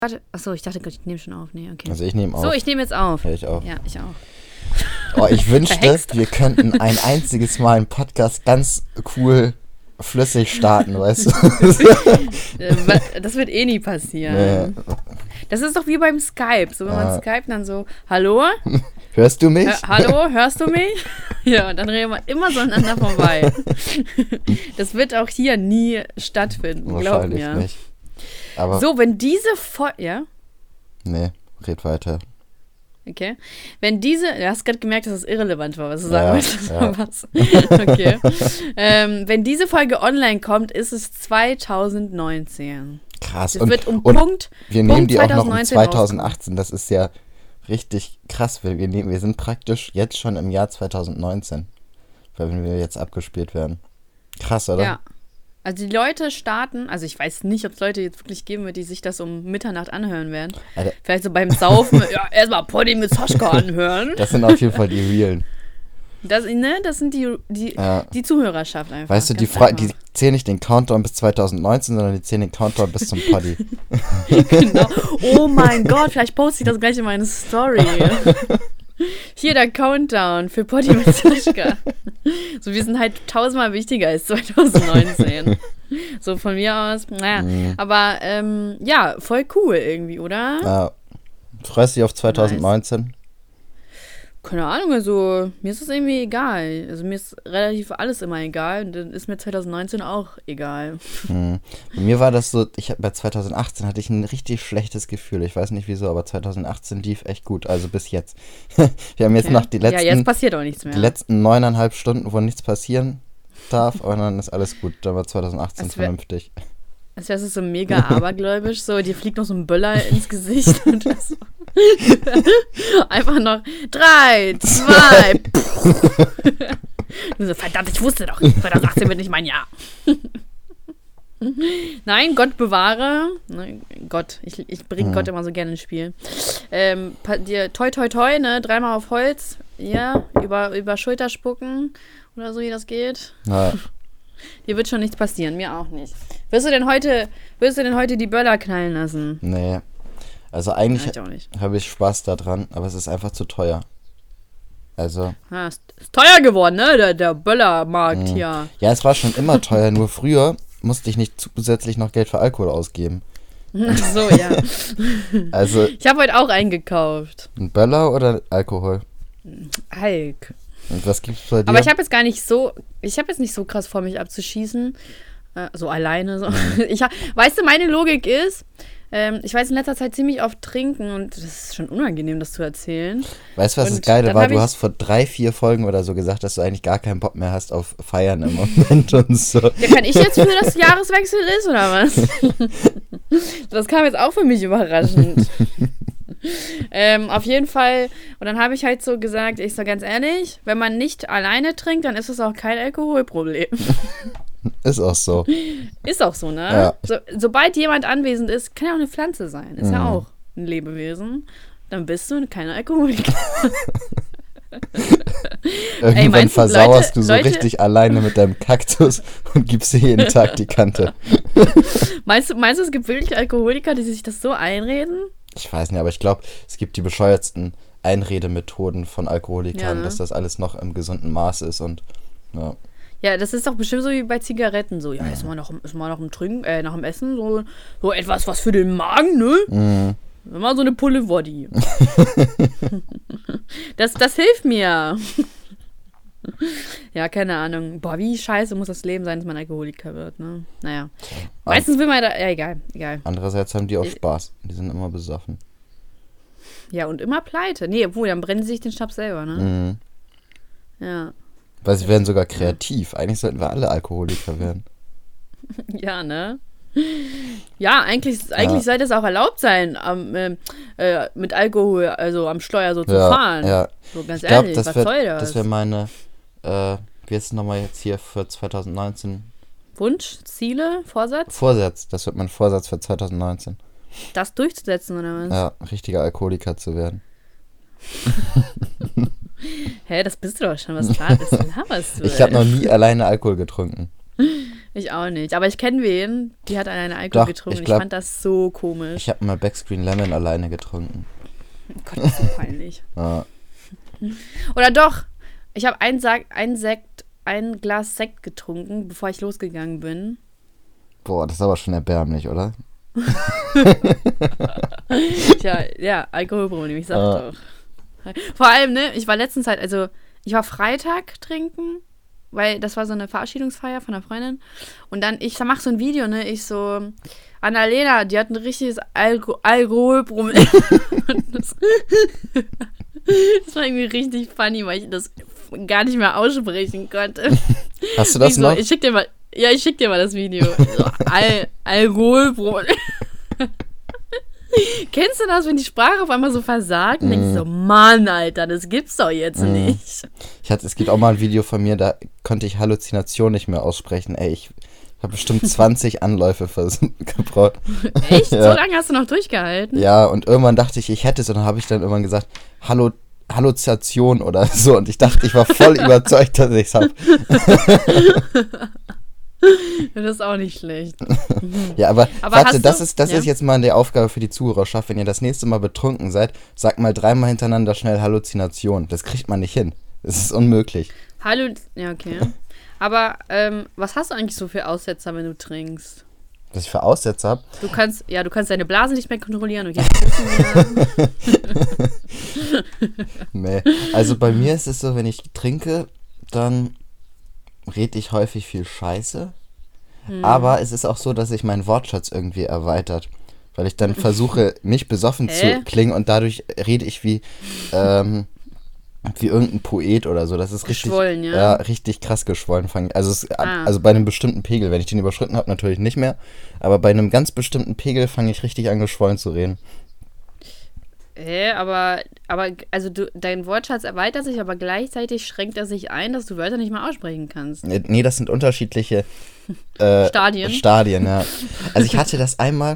Warte, achso, ich dachte gerade, ich nehme schon auf. Nee, okay. Also ich nehme auf. So, ich nehme jetzt auf. Ja, ich auch. Ja, ich auch. Oh, ich wünschte, Verhext. wir könnten ein einziges Mal einen Podcast ganz cool flüssig starten, weißt du? Das wird eh nie passieren. Nee. Das ist doch wie beim Skype. So, wenn man Skype dann so, hallo? Hörst du mich? Hallo, hörst du mich? Ja, und dann reden wir immer so aneinander vorbei. Das wird auch hier nie stattfinden, glaub Wahrscheinlich mir. nicht. Aber So, wenn diese ja? nee, red weiter. Okay. Wenn diese, du hast gerade gemerkt, dass es irrelevant war, was du sagen wolltest. ja. Was? Okay. Wenn diese Folge online kommt, ist es 2019. Krass. Es wird und Punkt. wir nehmen Punkt die auch noch im 2019 2018. Das ist ja richtig krass. Wir sind praktisch jetzt schon im Jahr 2019, wenn wir jetzt abgespielt werden. Krass, oder? Ja. Also die Leute starten, also ich weiß nicht, ob es Leute jetzt wirklich geben wird, die sich das um Mitternacht anhören werden. Alter. Vielleicht so beim Saufen, ja, erstmal Poddy mit Sascha anhören. Das sind auf jeden Fall die Realen. Das sind die Zuhörerschaft einfach. Weißt du, die zählen nicht den Countdown bis 2019, sondern die zählen den Countdown bis zum Poddy. Genau. Oh mein Gott, vielleicht poste ich das gleich in meine Story. Hier der Countdown für Poddy mit Sascha. So, wir sind halt 1000-mal wichtiger als 2019. So von mir aus, naja. Aber ja, voll cool irgendwie, oder? Ja. Freust du dich auf 2019? Keine Ahnung, also mir ist es irgendwie egal. Also mir ist relativ alles immer egal und dann ist mir 2019 auch egal. Bei mir war das so, bei 2018 hatte ich ein richtig schlechtes Gefühl. Ich weiß nicht wieso, aber 2018 lief echt gut, also bis jetzt. Wir haben jetzt noch die letzten, ja, jetzt passiert auch nichts mehr. die letzten 9,5 Stunden, wo nichts passieren darf, aber dann ist alles gut. Dann war 2018 vernünftig. Als wärst du so mega abergläubisch, so, dir fliegt noch so ein Böller ins Gesicht und das so. Einfach noch 3, 2, so, verdammt, ich wusste doch, 2018 wird nicht mein Jahr. Nein, Gott bewahre. Nein, Gott, ich bringe Gott immer so gerne ins Spiel. Dir toi toi toi, ne, 3-mal auf Holz, ja, über Schulter spucken oder so, wie das geht. Ja. Dir wird schon nichts passieren, mir auch nicht. Wirst du denn heute die Böller knallen lassen? Nee. Also eigentlich nicht. habe ich Spaß daran, aber es ist einfach zu teuer. Also. Ja, ist teuer geworden, ne? Der Böllermarkt hier. Ja, es war schon immer teuer, nur früher musste ich nicht zusätzlich noch Geld für Alkohol ausgeben. So, ja. Also. Ich habe heute auch eingekauft. Ein Böller oder Alkohol? Alk. Und was gibt's bei dir? Aber ich habe jetzt nicht so krass vor, mich abzuschießen. So alleine. So. Weißt du, meine Logik ist, ich weiß in letzter Zeit ziemlich oft trinken und das ist schon unangenehm, das zu erzählen. Weißt du, was das Geile war? Du hast vor 3-4 Folgen oder so gesagt, dass du eigentlich gar keinen Bock mehr hast auf Feiern im Moment und so. Ja, kann ich jetzt für das Jahreswechsel ist, oder was? Das kam jetzt auch für mich überraschend. Auf jeden Fall. Und dann habe ich halt so gesagt, ich so ganz ehrlich, wenn man nicht alleine trinkt, dann ist es auch kein Alkoholproblem. Ist auch so. Ist auch so, ne? Ja. Sobald jemand anwesend ist, kann ja auch eine Pflanze sein. Ist ja auch ein Lebewesen. Dann bist du keine Alkoholiker. Irgendwann versauerst du so richtig alleine mit deinem Kaktus und gibst dir jeden Tag die Kante. Meinst du, es gibt wirklich Alkoholiker, die sich das so einreden? Ich weiß nicht, aber ich glaube, es gibt die bescheuertsten Einredemethoden von Alkoholikern, Ja, ne? dass das alles noch im gesunden Maß ist und ja. Ja, das ist doch bestimmt so wie bei Zigaretten. So, ja, ist mal noch im Trinken, nach dem Essen so etwas, was für den Magen, ne? Immer so eine Pulle Woddy. Das hilft mir. Ja, keine Ahnung. Boah, wie scheiße muss das Leben sein, dass man Alkoholiker wird, ne? Naja. Meistens will man da. Ja, egal. Andererseits haben die auch Spaß. Die sind immer besoffen. Ja, und immer pleite. Nee, obwohl, dann brennen sie sich den Schnaps selber, ne? Ja. Weil sie werden sogar kreativ. Eigentlich sollten wir alle Alkoholiker werden. Ja, ne? Ja, eigentlich sollte es auch erlaubt sein, mit Alkohol, also am Steuer so zu fahren. Ja. So ganz ich glaub, ehrlich, was soll das? Das wäre meine, wie ist es nochmal jetzt hier für 2019? Wunsch, Ziele, Vorsatz? Vorsatz, das wird mein Vorsatz für 2019. Das durchzusetzen, oder was? Ja, richtiger Alkoholiker zu werden. Hä, das bist du doch schon, was laberst du? Ich habe noch nie alleine Alkohol getrunken. Ich auch nicht. Aber ich kenne wen, die hat einen Alkohol getrunken. Ich fand das so komisch. Ich habe mal Backscreen Lemon alleine getrunken. Oh Gott, das ist so peinlich. Ja. Oder doch, ich habe ein Glas Sekt getrunken, bevor ich losgegangen bin. Boah, das ist aber schon erbärmlich, oder? Tja, ja, Alkoholproblem, ich sag doch. Vor allem, ne, ich war letztens halt, also ich war Freitag trinken, weil das war so eine Verabschiedungsfeier von einer Freundin. Und dann, ich mach so ein Video, ne, ich so, Annalena, die hat ein richtiges Alkoholproblem. Das war irgendwie richtig funny, weil ich das gar nicht mehr aussprechen konnte. Hast du das noch? Ich schick dir mal das Video. So, Alkoholproblem. Kennst du das, wenn die Sprache auf einmal so versagt? Und denkst so, Mann, Alter, das gibt's doch jetzt nicht. Es gibt auch mal ein Video von mir, da konnte ich Halluzination nicht mehr aussprechen. Ey, ich habe bestimmt 20 Anläufe gebraucht. Echt? Ja. So lange hast du noch durchgehalten? Ja, und irgendwann dachte ich hätte es, und dann habe ich dann irgendwann gesagt, Halluzination oder so. Und ich dachte, ich war voll überzeugt, dass ich es habe. Das ist auch nicht schlecht. Ja, aber warte, das ist jetzt mal eine Aufgabe für die Zuhörerschaft. Wenn ihr das nächste Mal betrunken seid, sagt mal 3-mal hintereinander schnell Halluzination. Das kriegt man nicht hin. Das ist unmöglich. Ja, okay. Aber was hast du eigentlich so für Aussetzer, wenn du trinkst? Was ich für Aussätze habe? Du kannst deine Blase nicht mehr kontrollieren. Und Nee. Also bei mir ist es so, wenn ich trinke, dann rede ich häufig viel Scheiße. Aber es ist auch so, dass sich mein Wortschatz irgendwie erweitert. Weil ich dann versuche, nicht besoffen zu klingen, und dadurch rede ich wie irgendein Poet oder so. Das ist richtig, geschwollen, ja? Ja, richtig krass geschwollen. Also bei einem bestimmten Pegel. Wenn ich den überschritten habe, natürlich nicht mehr. Aber bei einem ganz bestimmten Pegel fange ich richtig an, geschwollen zu reden. Aber also dein Wortschatz erweitert sich, aber gleichzeitig schränkt er sich ein, dass du Wörter nicht mehr aussprechen kannst. Nee, das sind unterschiedliche Stadien, ja. Also ich hatte das einmal,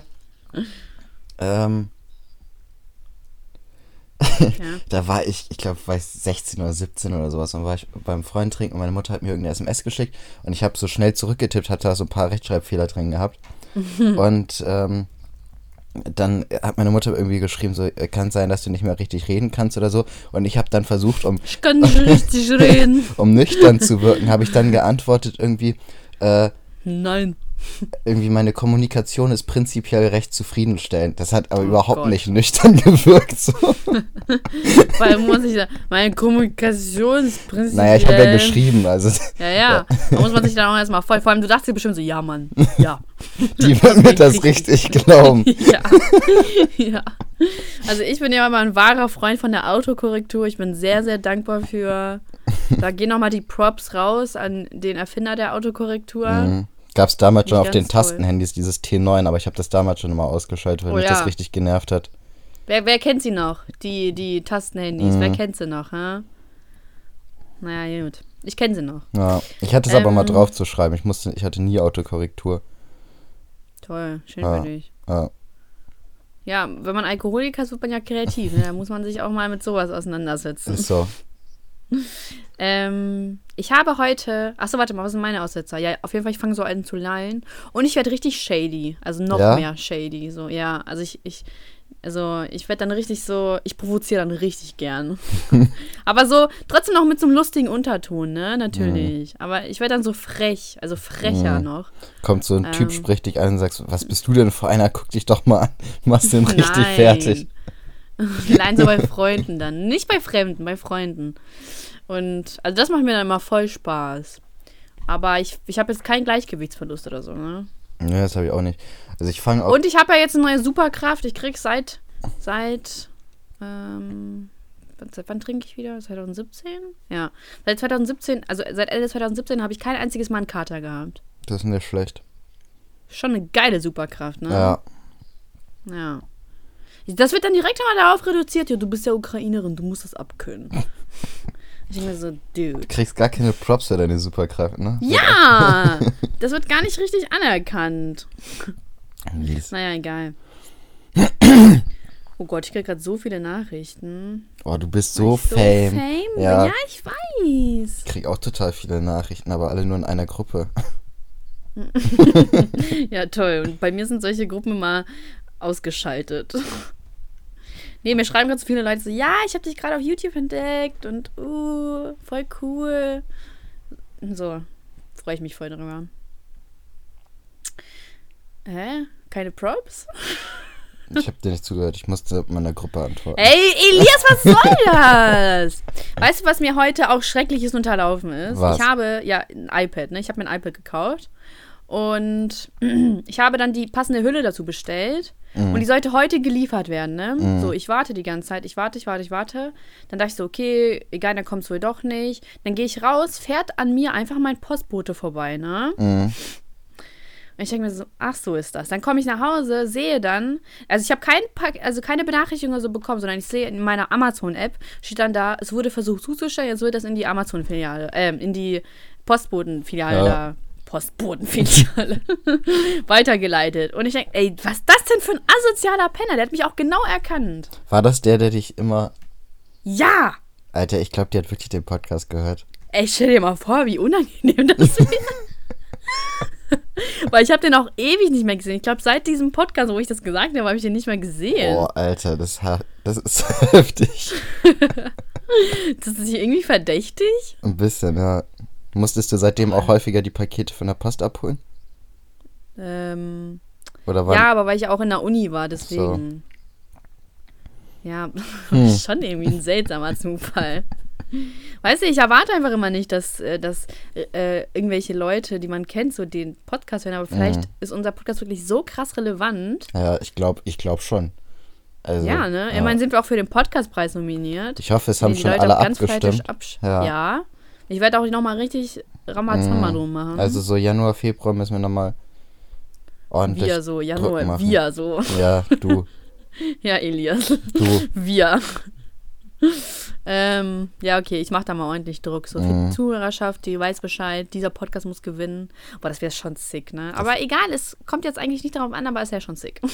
da war ich glaube, war ich 16 oder 17 oder sowas, und war ich beim Freund trinken und meine Mutter hat mir irgendeine SMS geschickt und ich habe so schnell zurückgetippt, hatte da so ein paar Rechtschreibfehler drin gehabt. Und dann hat meine Mutter irgendwie geschrieben, so, kann sein, dass du nicht mehr richtig reden kannst oder so. Und ich habe dann versucht, ich kann nicht richtig reden. um nüchtern zu wirken, habe ich dann geantwortet irgendwie, nein. Irgendwie meine Kommunikation ist prinzipiell recht zufriedenstellend. Das hat aber überhaupt nicht nüchtern gewirkt. So. Weil muss ich sagen, meine Kommunikation ist prinzipiell... Naja, ich habe ja geschrieben, also... Ja. Da muss man sich dann auch erstmal vor allem, du dachtest dir bestimmt so, ja, Mann, ja. Die wird mir das richtig glauben. Ja. Also ich bin ja immer ein wahrer Freund von der Autokorrektur. Ich bin sehr, sehr dankbar für... Da gehen nochmal die Props raus an den Erfinder der Autokorrektur. Mhm. Gab es damals schon auf den Tastenhandys dieses T9, aber ich habe das damals schon immer ausgeschaltet, weil mich das richtig genervt hat. Wer kennt sie noch? Die Tastenhandys, wer kennt sie noch, ha? Naja, gut. Ich kenne sie noch. Ja, ich hatte es aber mal drauf zu schreiben. Ich hatte nie Autokorrektur. Toll, schön für dich. Ja. Ja, wenn man Alkoholiker ist, wird man ja kreativ. Ne? Da muss man sich auch mal mit sowas auseinandersetzen. Ist so. Ich habe heute... Achso, warte mal, was sind meine Aussetzer? Ja, auf jeden Fall, ich fange so an zu lallen. Und ich werde richtig shady. Also noch mehr shady. So, ja, also ich werde dann richtig so... Ich provoziere dann richtig gern. Aber so, trotzdem noch mit so einem lustigen Unterton, ne? Natürlich. Aber ich werde dann so frech. Also frecher noch. Kommt so ein Typ, spricht dich an und sagst, was bist du denn für einer? Guck dich doch mal an. Machst den richtig fertig. Nein, so bei Freunden dann. Nicht bei Fremden, bei Freunden. Und, also das macht mir dann immer voll Spaß. Aber ich habe jetzt keinen Gleichgewichtsverlust oder so, ne? Ja, das habe ich auch nicht. Also ich fange auch... Und ich habe ja jetzt eine neue Superkraft. Ich krieg seit wann trinke ich wieder? 2017? Ja. Seit 2017, also seit Ende 2017 habe ich kein einziges Mal einen Kater gehabt. Das ist nicht schlecht. Schon eine geile Superkraft, ne? Ja. Das wird dann direkt immer darauf reduziert, ja, du bist ja Ukrainerin, du musst das abkönnen. Ich denke mir so, dude. Du kriegst gar keine Props für deine Superkraft, ne? Ja! Das wird gar nicht richtig anerkannt. Mies. Naja, egal. Oh Gott, ich krieg gerade so viele Nachrichten. Oh, du bist so fame. Ja, ich weiß. Ich krieg auch total viele Nachrichten, aber alle nur in einer Gruppe. Ja, toll. Und bei mir sind solche Gruppen immer ausgeschaltet. Nee, mir schreiben ganz viele Leute so, ja, ich habe dich gerade auf YouTube entdeckt und voll cool. So, freue ich mich voll drüber. Hä? Keine Props? Ich habe dir nicht zugehört, ich musste meiner Gruppe antworten. Ey, Elias, was soll das? Weißt du, was mir heute auch Schreckliches unterlaufen ist? Was? Ich habe ja ein iPad, ne? Ich habe mir ein iPad gekauft und ich habe dann die passende Hülle dazu bestellt und die sollte heute geliefert werden, ne? So, ich warte die ganze Zeit, ich warte. Dann dachte ich so, okay, egal, dann kommt es wohl doch nicht. Dann gehe ich raus, fährt an mir einfach mein Postbote vorbei, ne? Und ich denke mir so, ach, so ist das. Dann komme ich nach Hause, sehe dann, also ich habe keine Benachrichtigung oder so bekommen, sondern ich sehe in meiner Amazon-App, steht dann da, es wurde versucht zuzustellen, jetzt wird das in die Amazon-Filiale, in die Postboten-Filiale Postbotenfiliale weitergeleitet. Und ich denke, ey, was ist das denn für ein asozialer Penner? Der hat mich auch genau erkannt. War das der dich immer... Ja! Alter, ich glaube, die hat wirklich den Podcast gehört. Ey, stell dir mal vor, wie unangenehm das wäre. Weil ich habe den auch ewig nicht mehr gesehen. Ich glaube, seit diesem Podcast, wo ich das gesagt habe, habe ich den nicht mehr gesehen. Oh, Alter, das ist heftig. Das ist nicht irgendwie verdächtig? Ein bisschen, ja. Musstest du seitdem auch häufiger die Pakete von der Post abholen? Oder ja, aber weil ich auch in der Uni war, deswegen. So. Ja, schon irgendwie ein seltsamer Zufall. Weißt du, ich erwarte einfach immer nicht, dass irgendwelche Leute, die man kennt, so den Podcast hören, aber vielleicht ist unser Podcast wirklich so krass relevant. Ja, ich glaub schon. Also, ja, ne? Ja. Immerhin sind wir auch für den Podcastpreis nominiert. Ich hoffe, es haben schon alle abgestimmt. Ja. Ich werde auch nochmal richtig Ramazamba drum machen. Also so Januar, Februar müssen wir nochmal ordentlich wir so, Januar, wir so. Ja, du. Ja, Elias. Du. Wir. Ja, okay, ich mache da mal ordentlich Druck. So für die Zuhörerschaft, die weiß Bescheid, dieser Podcast muss gewinnen. Boah, das wäre schon sick, ne? Aber egal, es kommt jetzt eigentlich nicht darauf an, aber es ist ja schon sick.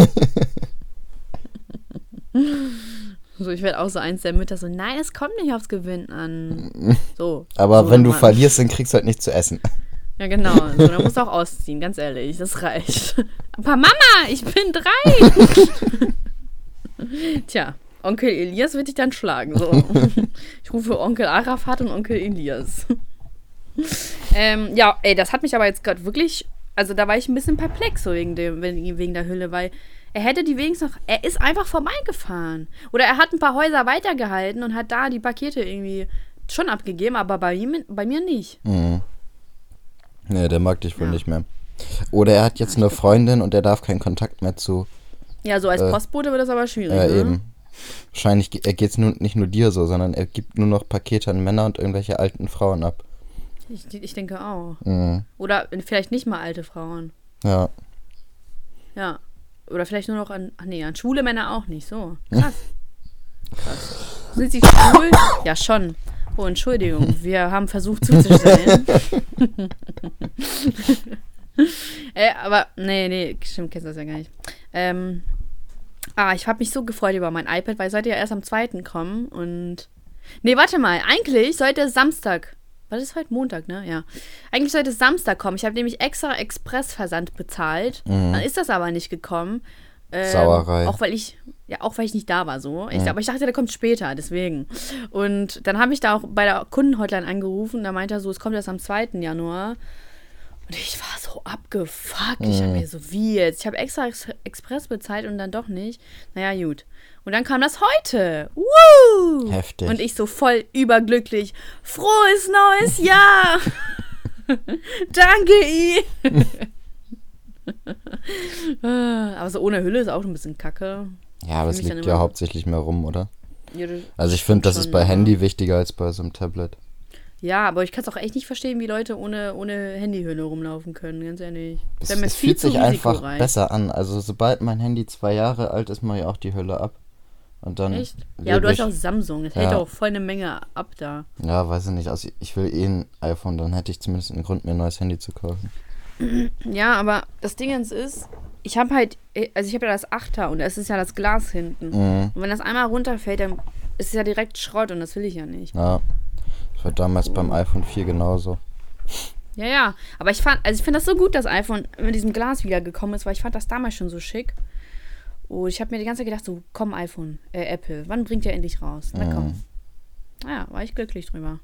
So, ich werde auch so eins der Mütter so, nein, es kommt nicht aufs Gewinnen an. So. Aber so, wenn du verlierst, dann kriegst du halt nichts zu essen. Ja, genau. So, dann musst du auch ausziehen, ganz ehrlich, das reicht. Aber Mama, ich bin 3. Tja, Onkel Elias wird dich dann schlagen. So. Ich rufe Onkel Arafat und Onkel Elias. Ja, ey, das hat mich aber jetzt gerade wirklich, also da war ich ein bisschen perplex so wegen der Hülle, weil er hätte die wenigstens noch, er ist einfach vorbeigefahren. Oder er hat ein paar Häuser weitergehalten und hat da die Pakete irgendwie schon abgegeben, aber bei mir nicht. Mhm. Nee, der mag dich wohl nicht mehr. Oder er hat jetzt eine Freundin und er darf keinen Kontakt mehr zu. Ja, so als Postbote wird das aber schwierig. Ja, eben. Wahrscheinlich geht es nicht nur dir so, sondern er gibt nur noch Pakete an Männer und irgendwelche alten Frauen ab. Ich denke auch. Mhm. Oder vielleicht nicht mal alte Frauen. Ja. Ja. Oder vielleicht nur noch an schwule Männer auch nicht. So, krass. Sind sie schwul? Ja, schon. Oh, Entschuldigung, wir haben versucht zuzustellen. Aber, nee, stimmt, kennst du das ja gar nicht. Ich habe mich so gefreut über mein iPad, weil es sollte ja erst am 2. kommen und... Nee, warte mal, eigentlich sollte es Samstag... Was ist heute? Montag, ne? Ja. Eigentlich sollte es Samstag kommen. Ich habe nämlich extra Expressversand bezahlt. Dann ist das aber nicht gekommen. Sauerei. Auch weil ich nicht da war so. Aber ich dachte, der kommt später, deswegen. Und dann habe ich da auch bei der Kundenhotline angerufen. Da meinte er so, es kommt erst am 2. Januar. Und ich war so abgefuckt. Ich habe mir so, wie jetzt? Ich habe extra Express bezahlt und dann doch nicht. Naja, gut. Und dann kam das heute. Woo! Heftig. Und ich so voll überglücklich. Frohes neues Jahr! Danke, I! Aber so ohne Hülle ist auch ein bisschen kacke. Ja, aber es liegt ja hauptsächlich mehr rum, oder? Ja, also ich finde, das ist bei Handy wichtiger als bei so einem Tablet. Ja, aber ich kann es auch echt nicht verstehen, wie Leute ohne Handyhülle rumlaufen können, ganz ehrlich. Es fühlt sich einfach besser an. Also sobald mein Handy 2 Jahre alt ist, mache ich auch die Hülle ab. Und dann echt? Ja, aber du hast auch Samsung. Das hält auch voll eine Menge ab da. Ja, weiß ich nicht. Also ich will ein iPhone, dann hätte ich zumindest einen Grund, mir ein neues Handy zu kaufen. Ja, aber das Ding ist, ich habe ja das 8er und es ist ja das Glas hinten. Und wenn das einmal runterfällt, dann ist es ja direkt Schrott und das will ich ja nicht. Ja, das war damals beim iPhone 4 genauso. Ja, ja. Aber ich finde das so gut, dass iPhone mit diesem Glas wiedergekommen ist, weil ich fand das damals schon so schick. Und ich habe mir die ganze Zeit gedacht, so, komm, Apple, wann bringt ihr endlich raus? Na komm. Naja, war ich glücklich drüber.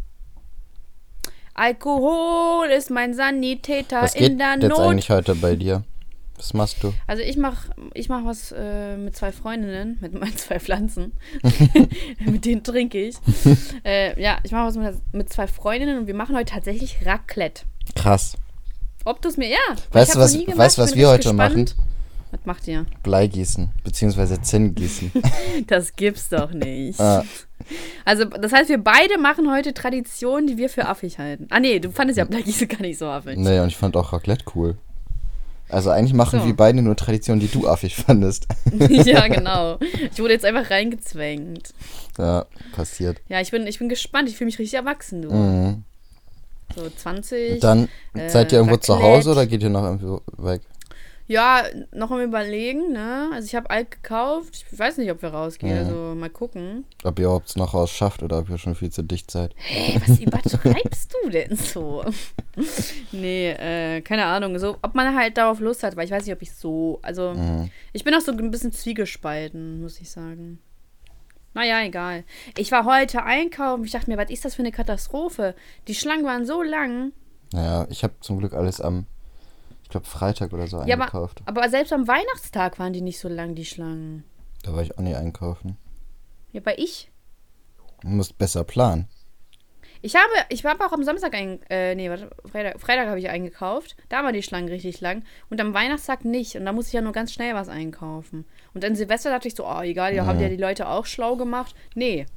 Alkohol ist mein Sanitäter Was geht in der jetzt Not. eigentlich heute bei dir? Was machst du? Also ich mach was mit 2 Freundinnen, mit meinen 2 Pflanzen. Mit denen trinke ich. Ich mache was mit 2 Freundinnen und wir machen heute tatsächlich Raclette. Krass. Ob du es mir, ja. Weißt du, was wir heute machen? Was macht ihr? Bleigießen, beziehungsweise Zinngießen. Das gibt's doch nicht. Also, das heißt, wir beide machen heute Traditionen, die wir für affig halten. Ah, nee, du fandest ja Bleigießen gar nicht so affig. Nee, und ich fand auch Raclette cool. Also eigentlich machen wir beide nur Traditionen, die du affig fandest. Ja, genau. Ich wurde jetzt einfach reingezwängt. Ja, passiert. Ja, ich bin gespannt. Ich fühle mich richtig erwachsen, du. Mhm. So 20. Dann seid ihr irgendwo zu Hause oder geht ihr noch irgendwo weg? Ja, noch am Überlegen, ne? Also ich habe alt gekauft. Ich weiß nicht, ob wir rausgehen. Also mal gucken. Ob ihr überhaupt noch raus schafft oder ob ihr schon viel zu dicht seid. Hey, was übertreibst du denn so? Nee, keine Ahnung. So, ob man halt darauf Lust hat, weil ich weiß nicht, ob ich so. Also, ich bin auch so ein bisschen zwiegespalten, muss ich sagen. Naja, egal. Ich war heute einkaufen. Ich dachte mir, was ist das für eine Katastrophe? Die Schlangen waren so lang. Naja, ich habe zum Glück alles ich glaube, Freitag oder so eingekauft. Aber selbst am Weihnachtstag waren die nicht so lang, die Schlangen. Da war ich auch nicht einkaufen. Ja, bei ich. Du musst besser planen. Ich habe auch am Samstag Freitag habe ich eingekauft. Da war die Schlange richtig lang. Und am Weihnachtstag nicht. Und da musste ich ja nur ganz schnell was einkaufen. Und dann Silvester dachte ich so, oh, egal, haben ja die Leute auch schlau gemacht. Nee.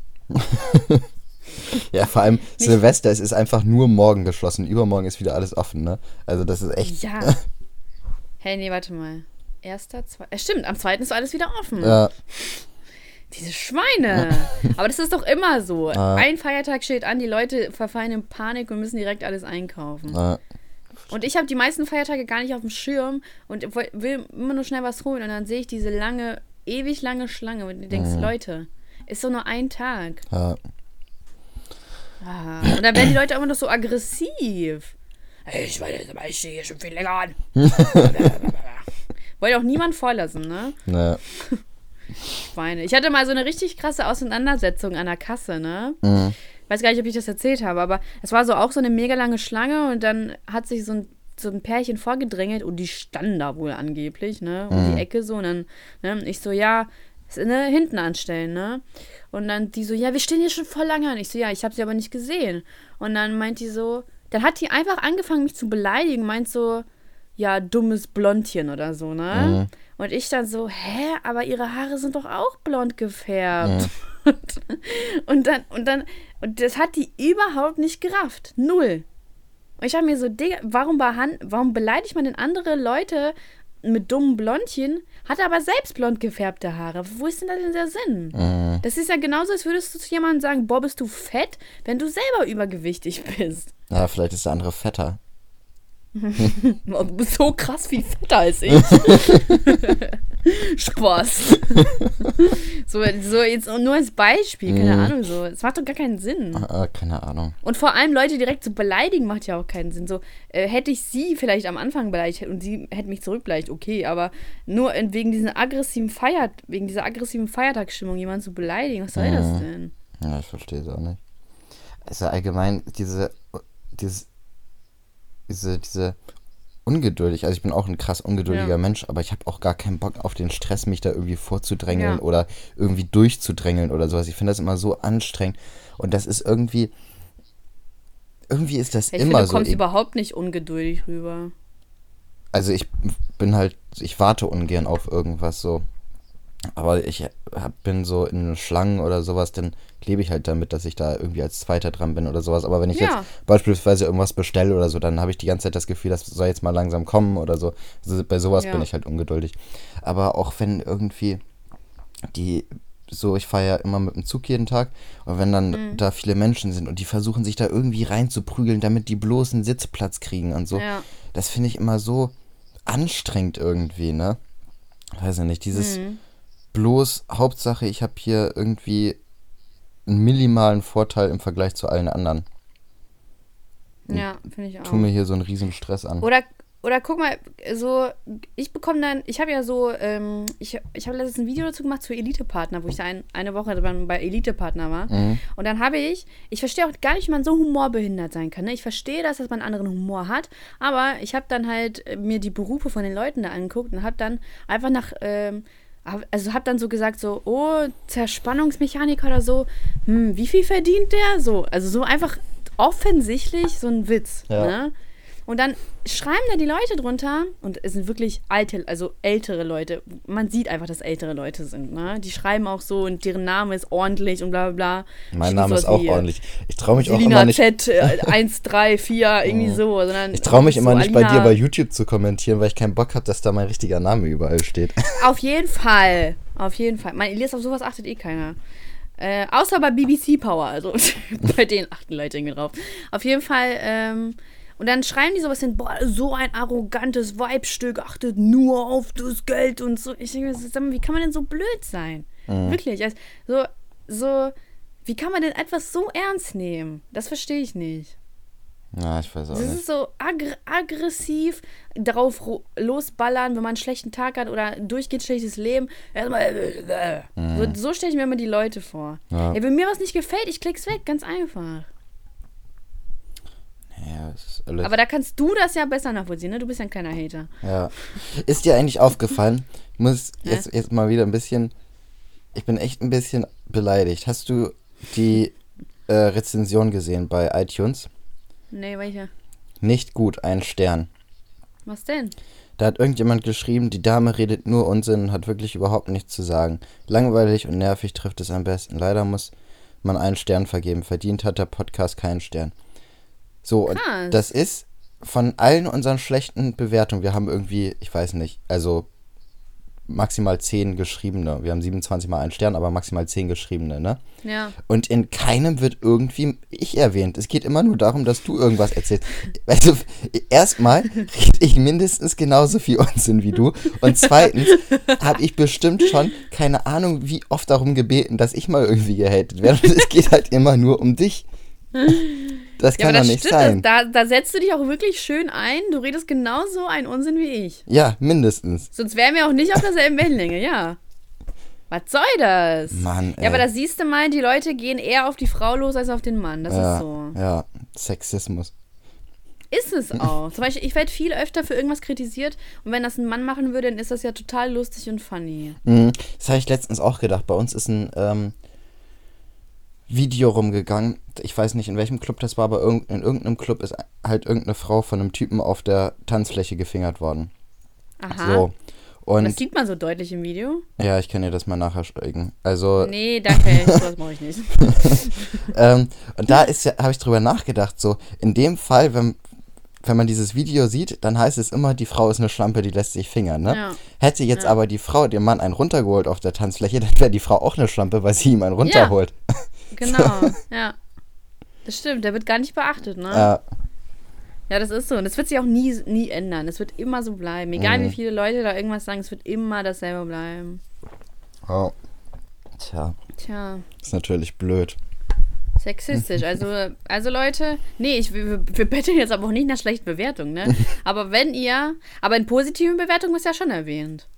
Ja, vor allem Silvester, es ist einfach nur morgen geschlossen. Übermorgen ist wieder alles offen, ne? Also das ist echt... Ja. Hey, nee, warte mal. 1., 2. Stimmt, am 2. ist alles wieder offen. Ja. Diese Schweine. Aber das ist doch immer so. Ein Feiertag steht an, die Leute verfallen in Panik und müssen direkt alles einkaufen. Und ich habe die meisten Feiertage gar nicht auf dem Schirm und will immer nur schnell was holen. Und dann sehe ich diese ewig lange Schlange. Und du denkst, Leute, ist doch nur ein Tag. Ja. Und dann werden die Leute immer noch so aggressiv. Hey, ich stehe hier schon viel länger an. Wollte auch niemand vorlassen, ne? Ne. Schweine. Ich hatte mal so eine richtig krasse Auseinandersetzung an der Kasse, ne? Weiß gar nicht, ob ich das erzählt habe, aber es war so auch so eine mega lange Schlange und dann hat sich so ein Pärchen vorgedrängelt und die standen da wohl angeblich, ne? Um die Ecke so und dann, ne? Ich so, ja, hinten anstellen, ne? Und dann die so, ja, wir stehen hier schon voll lange an. Ich so, ja, ich habe sie aber nicht gesehen. Und dann meint die so, dann hat die einfach angefangen, mich zu beleidigen, meint so, ja, dummes Blondchen oder so, ne? Und ich dann so, aber ihre Haare sind doch auch blond gefärbt. Und das hat die überhaupt nicht gerafft. Null. Und ich habe mir so, Digga, warum beleidigt man denn andere Leute mit dummen Blondchen, hat aber selbst blond gefärbte Haare. Wo ist denn da denn der Sinn? Das ist ja genauso, als würdest du zu jemandem sagen, boah, bist du fett, wenn du selber übergewichtig bist. Ja, vielleicht ist der andere fetter. Du bist so krass viel fetter als ich. Spaß. so jetzt nur als Beispiel, keine Ahnung, so. Es macht doch gar keinen Sinn. Keine Ahnung. Und vor allem Leute direkt zu beleidigen, macht ja auch keinen Sinn. So, hätte ich sie vielleicht am Anfang beleidigt und sie hätte mich zurückbeleidigt, okay, aber nur wegen dieser aggressiven Feiertagsstimmung jemanden zu beleidigen, was soll das denn? Ja, ich verstehe es auch nicht. Also allgemein diese ungeduldig, also ich bin auch ein krass ungeduldiger Mensch, aber ich habe auch gar keinen Bock auf den Stress, mich da irgendwie vorzudrängeln oder irgendwie durchzudrängeln oder sowas. Ich finde das immer so anstrengend und das ist irgendwie ist das immer so. Du kommst überhaupt nicht ungeduldig rüber. Also ich warte ungern auf irgendwas so. Aber ich bin so in Schlangen oder sowas, dann lebe ich halt damit, dass ich da irgendwie als Zweiter dran bin oder sowas. Aber wenn ich jetzt beispielsweise irgendwas bestelle oder so, dann habe ich die ganze Zeit das Gefühl, das soll jetzt mal langsam kommen oder so. Also bei sowas bin ich halt ungeduldig. Aber auch wenn irgendwie ich fahre ja immer mit dem Zug jeden Tag und wenn dann da viele Menschen sind und die versuchen sich da irgendwie reinzuprügeln, damit die bloß einen Sitzplatz kriegen und so, das finde ich immer so anstrengend irgendwie, ne? Weiß ich nicht, dieses bloß Hauptsache, ich habe hier irgendwie einen minimalen Vorteil im Vergleich zu allen anderen. Ja, finde ich auch. Tu mir hier so einen riesen Stress an. Oder guck mal, so, ich bekomme dann, ich habe ja so, ich habe letztens ein Video dazu gemacht zu Elite-Partner, wo ich da eine Woche bei Elite-Partner war. Und dann ich verstehe auch gar nicht, wie man so humorbehindert sein kann. Ne? Ich verstehe das, dass man einen anderen Humor hat, aber ich habe dann halt mir die Berufe von den Leuten da angeguckt und habe dann einfach habe dann so gesagt, so, oh, Zerspannungsmechaniker oder so, wie viel verdient der? So, also so einfach offensichtlich so ein Witz, Ja. ne? Und dann schreiben da die Leute drunter, und es sind wirklich ältere Leute. Man sieht einfach, dass ältere Leute sind, ne? Die schreiben auch so und deren Name ist ordentlich und bla bla bla. Mein Name ist auch ordentlich. Ich traue mich auch Selina immer nicht. Z 134, irgendwie so. Sondern Ich traue mich immer so nicht bei Alina, dir bei YouTube zu kommentieren, weil ich keinen Bock habe, dass da mein richtiger Name überall steht. Auf jeden Fall. Auf jeden Fall. Mein Elias, auf sowas achtet eh keiner. Außer bei BBC Power, also bei denen achten Leute irgendwie drauf. Auf jeden Fall, und dann schreiben die sowas hin, boah, so ein arrogantes Weibstück, achtet nur auf das Geld und so. Ich denke, sag mal, wie kann man denn so blöd sein? Wirklich, also, wie kann man denn etwas so ernst nehmen? Das verstehe ich nicht. Ja, ich weiß auch Das nicht. ist so aggressiv darauf losballern, wenn man einen schlechten Tag hat oder durchgeht schlechtes Leben. Erstmal, so stelle ich mir immer die Leute vor. Ja. Ey, wenn mir was nicht gefällt, ich klick's weg, ganz einfach. Ja, es ist alles. Aber da kannst du das ja besser nachvollziehen, ne? Du bist ja ein kleiner Hater. Ja. Ist dir eigentlich aufgefallen? Ich muss jetzt mal wieder ein bisschen. Ich bin echt ein bisschen beleidigt. Hast du die Rezension gesehen bei iTunes? Nee, welche? Nicht gut, 1 Stern. Was denn? Da hat irgendjemand geschrieben, die Dame redet nur Unsinn und hat wirklich überhaupt nichts zu sagen. Langweilig und nervig trifft es am besten. Leider muss man 1 Stern vergeben. Verdient hat der Podcast keinen Stern. So, und Krass. das ist von allen unseren schlechten Bewertungen. Wir haben irgendwie, ich weiß nicht, also maximal 10 geschriebene. Wir haben 27 mal 1 Stern, aber maximal 10 geschriebene, ne? Ja. Und in keinem wird irgendwie ich erwähnt. Es geht immer nur darum, dass du irgendwas erzählst. Also, erstmal rede ich mindestens genauso viel Unsinn wie du. Und zweitens habe ich bestimmt schon keine Ahnung, wie oft darum gebeten, dass ich mal irgendwie gehatet werde. Und es geht halt immer nur um dich. Das Ja, kann aber doch das nicht stimmt. sein. Da setzt du dich auch wirklich schön ein. Du redest genauso einen Unsinn wie ich. Ja, mindestens. Sonst wären wir auch nicht auf derselben Wellenlänge, ja. Was soll das? Mann, ey. Ja, aber da siehst du mal, die Leute gehen eher auf die Frau los als auf den Mann. Das ist so. Ja, Sexismus. Ist es auch. Zum Beispiel, ich werde viel öfter für irgendwas kritisiert und wenn das ein Mann machen würde, dann ist das ja total lustig und funny. Das habe ich letztens auch gedacht. Bei uns ist ein Video rumgegangen. Ich weiß nicht, in welchem Club das war, aber in irgendeinem Club ist halt irgendeine Frau von einem Typen auf der Tanzfläche gefingert worden. Aha. So. Und Das sieht man so deutlich im Video. ja, ich kann dir das mal nachher zeigen. Also, Nee, danke, das mache ich nicht. und da habe ich drüber nachgedacht, so, in dem Fall, wenn man dieses Video sieht, dann heißt es immer, die Frau ist eine Schlampe, die lässt sich fingern, ne? Ja. Hätte jetzt aber die Frau dem Mann einen runtergeholt auf der Tanzfläche, dann wäre die Frau auch eine Schlampe, weil sie ihm einen runterholt. Genau, ja. Das stimmt, der wird gar nicht beachtet, ne? Ja, das ist so. Und das wird sich auch nie ändern. Es wird immer so bleiben. Egal wie viele Leute da irgendwas sagen, es wird immer dasselbe bleiben. Oh. Tja, ist natürlich blöd. Sexistisch. Also Leute, nee, wir betteln jetzt aber auch nicht nach schlechten Bewertungen, ne? Aber in positiven Bewertungen ist ja schon erwähnt.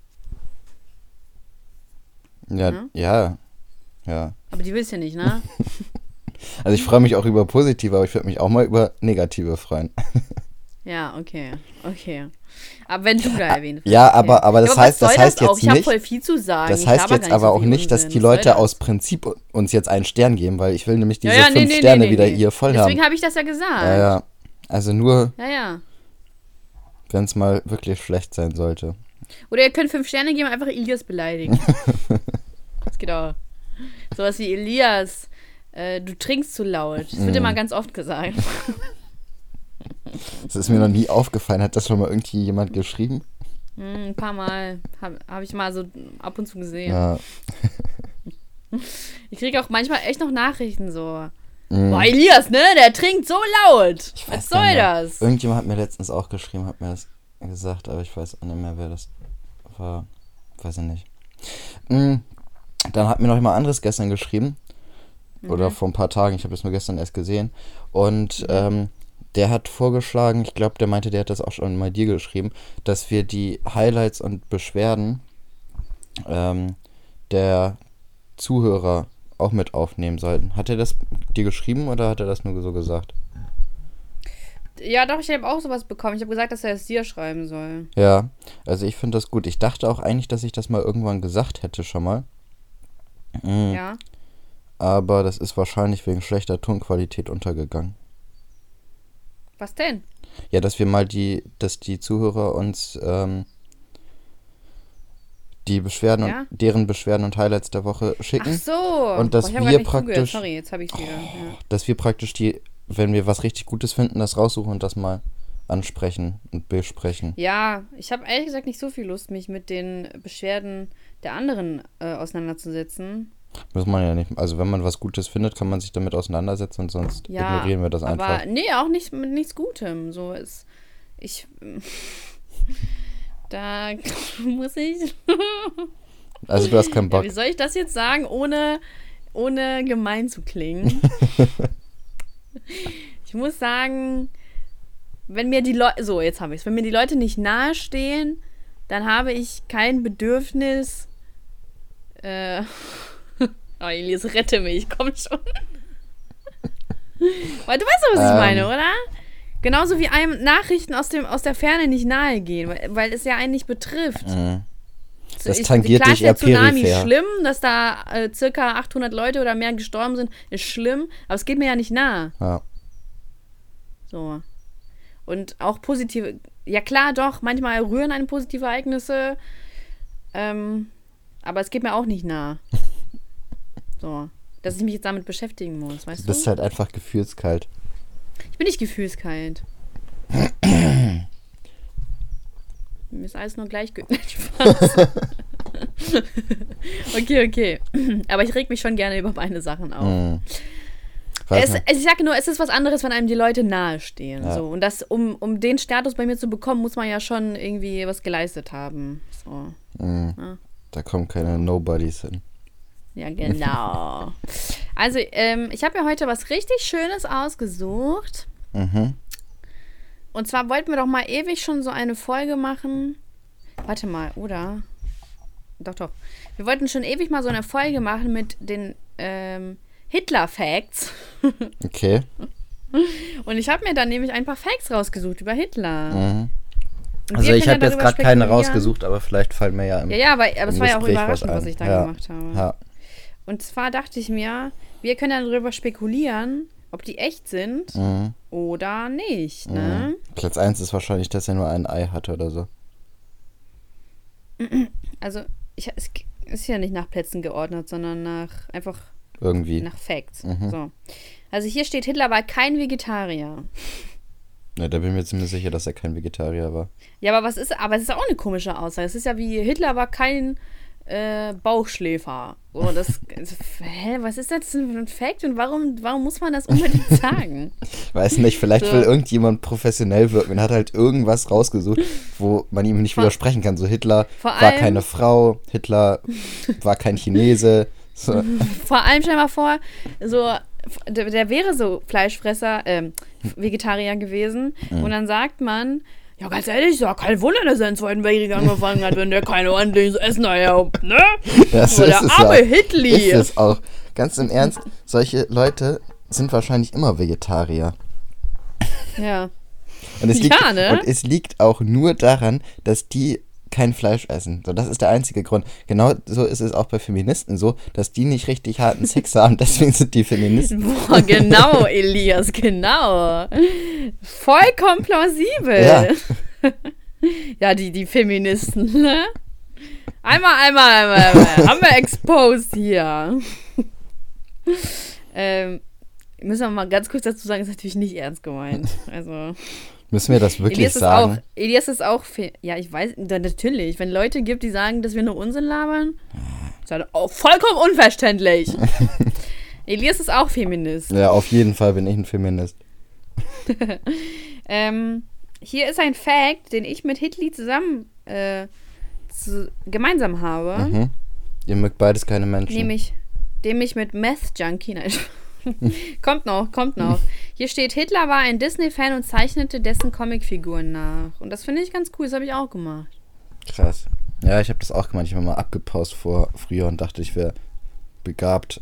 Ja. Aber die willst du nicht, ne? Also ich freue mich auch über positive, aber ich würde mich auch mal über negative freuen. Ja, okay. Aber wenn du da erwähnt wirst. Ja, okay. aber das heißt jetzt auch? Ich habe nicht. voll viel zu sagen. Das Ich heißt laber jetzt gar nicht aber so auch viel nicht, dass Unsinn. die Was soll Leute das? aus Prinzip uns jetzt einen Stern geben, weil ich will nämlich diese Ja, 5 Sterne wieder nee. hier voll haben. Deswegen habe ich das ja gesagt. Ja. Also nur, Ja. wenn es mal wirklich schlecht sein sollte. Oder ihr könnt 5 Sterne geben und einfach Elias beleidigen. Das geht auch. Sowas wie Elias, du trinkst zu laut. Das wird immer ganz oft gesagt. Das ist mir noch nie aufgefallen. Hat das schon mal irgendwie jemand geschrieben? Ein paar Mal hab ich mal so ab und zu gesehen. Ja. Ich kriege auch manchmal echt noch Nachrichten so. Boah, Elias, ne? Der trinkt so laut. Was soll das? Irgendjemand hat mir letztens auch geschrieben, hat mir das gesagt, aber ich weiß auch nicht mehr, wer das war. Weiß ich nicht. Dann hat mir noch jemand anderes gestern geschrieben. Oder vor ein paar Tagen. Ich habe das nur gestern erst gesehen. Und Der hat vorgeschlagen, ich glaube, der meinte, der hat das auch schon mal dir geschrieben, dass wir die Highlights und Beschwerden der Zuhörer auch mit aufnehmen sollten. Hat er das dir geschrieben oder hat er das nur so gesagt? Ja, doch, ich habe auch sowas bekommen. Ich habe gesagt, dass er es dir schreiben soll. Ja, also ich finde das gut. Ich dachte auch eigentlich, dass ich das mal irgendwann gesagt hätte schon mal. Ja. Aber das ist wahrscheinlich wegen schlechter Tonqualität untergegangen. Was denn? Ja, dass die Zuhörer uns die Beschwerden Ja? und deren Beschwerden und Highlights der Woche schicken. Ach so. Und dass ich hab grad wir nicht zugehört. praktisch, Sorry, jetzt habe ich wieder. Ja. dass wir praktisch wenn wir was richtig Gutes finden, das raussuchen und das mal ansprechen und besprechen. Ja, ich habe ehrlich gesagt nicht so viel Lust, mich mit den Beschwerden der anderen auseinanderzusetzen. Muss man ja nicht. Also wenn man was Gutes findet, kann man sich damit auseinandersetzen und sonst Ja, ignorieren wir das einfach. aber nee, auch nicht mit nichts Gutem. So ist. Da muss ich. Also du hast keinen Bock. Ja, wie soll ich das jetzt sagen, ohne gemein zu klingen? Ich muss sagen, wenn mir die Leute. So, jetzt habe ich es. Wenn mir die Leute nicht nahestehen, dann habe ich kein Bedürfnis. Oh, Elias, rette mich, komm schon. Weil du weißt doch, was ich meine, oder? Genauso wie einem Nachrichten aus der Ferne nicht nahe gehen, weil es ja einen nicht betrifft. Das tangiert dich eher peripher. Tsunami peripher. Schlimm, dass da circa 800 Leute oder mehr gestorben sind, ist schlimm, aber es geht mir ja nicht nah. Ja. So. Und auch positive, ja klar, doch, manchmal rühren eine positive Ereignisse, aber es geht mir auch nicht nah. So. Dass ich mich jetzt damit beschäftigen muss, weißt du? Du bist halt einfach gefühlskalt. Ich bin nicht gefühlskalt. Mir ist alles nur gleichgültig. Spaß. Okay. Aber ich reg mich schon gerne über meine Sachen auf. Ich sage nur, es ist was anderes, wenn einem die Leute nahestehen. Ja. So. Und das, um den Status bei mir zu bekommen, muss man ja schon irgendwie was geleistet haben. So. Ja. Da kommen keine Nobodies hin. Ja, genau. Also, ich habe mir heute was richtig Schönes ausgesucht. Und zwar wollten wir doch mal ewig schon so eine Folge machen. Warte mal, oder? Doch. Wir wollten schon ewig mal so eine Folge machen mit den Hitler-Facts. Okay. Und ich habe mir dann nämlich ein paar Facts rausgesucht über Hitler. Also ich habe jetzt gerade keine spekulieren. rausgesucht, aber vielleicht fallen mir ja im Ja, aber es war ja auch Gespräch überraschend, was ein. ich da gemacht habe. Ja. Und zwar dachte ich mir, wir können dann darüber spekulieren, ob die echt sind oder nicht, ne? Platz 1 ist wahrscheinlich, dass er nur ein Ei hatte oder so. Also, es ist ja nicht nach Plätzen geordnet, sondern einfach Irgendwie. nach Facts. So. Also hier steht, Hitler war kein Vegetarier. Ja, da bin ich mir ziemlich sicher, dass er kein Vegetarier war. Ja, aber es ist auch eine komische Aussage. Es ist ja wie, Hitler war kein Bauchschläfer. So, was ist das für ein Fact und warum muss man das unbedingt sagen? Weiß nicht, vielleicht So. will irgendjemand professionell wirken und hat halt irgendwas rausgesucht, wo man ihm nicht widersprechen kann. So, Hitler war keine Frau, Hitler war kein Chinese. So. Vor allem, stell mal vor, so, der wäre so Fleischfresser, Vegetarier gewesen und dann sagt man, ja, ganz ehrlich, ist ja kein Wunder, dass er in den Zweiten Weltkrieg angefangen hat, wenn der keine ordentliches Essen erhält, ne? Ja, so, der arme Hitler. Ist es auch. Ganz im Ernst, solche Leute sind wahrscheinlich immer Vegetarier. Ja. Und Ne? Und es liegt auch nur daran, dass die kein Fleisch essen. So, das ist der einzige Grund. Genau so ist es auch bei Feministen so, dass die nicht richtig harten Sex haben, deswegen sind die Feministen. Boah, genau, Elias, genau. Vollkommen plausibel. Ja. Ja, die Feministen, ne? Einmal. Haben wir exposed hier. Müssen wir mal ganz kurz dazu sagen, ist natürlich nicht ernst gemeint. Also. Müssen wir das wirklich sagen? Elias ist auch ja, ich weiß, natürlich. Wenn Leute gibt, die sagen, dass wir nur Unsinn labern, ist das auch vollkommen unverständlich. Elias ist auch Feminist. Ja, auf jeden Fall bin ich ein Feminist. Hier ist ein Fact, den ich mit Hitler zusammen gemeinsam habe. Ihr mögt beides keine Menschen. Nämlich mit Meth Junkie. Nein. Kommt noch. Hier steht, Hitler war ein Disney-Fan und zeichnete dessen Comicfiguren nach. Und das finde ich ganz cool, das habe ich auch gemacht. Krass. Ja, ich habe das auch gemacht. Ich habe mal abgepaust früher und dachte, ich wäre begabt.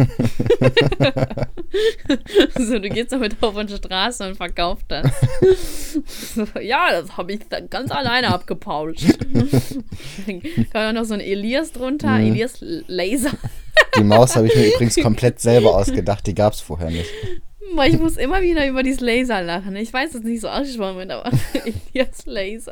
So, du gehst damit auf die Straße und verkaufst das. So, ja, das habe ich dann ganz alleine abgepauscht. Dann kam ja noch so ein Elias drunter, Elias Laser. Die Maus habe ich mir übrigens komplett selber ausgedacht, die gab es vorher nicht. Ich muss immer wieder über dieses Laser lachen. Ich weiß, dass es nicht so ausgesprochen wird, aber Elias Laser.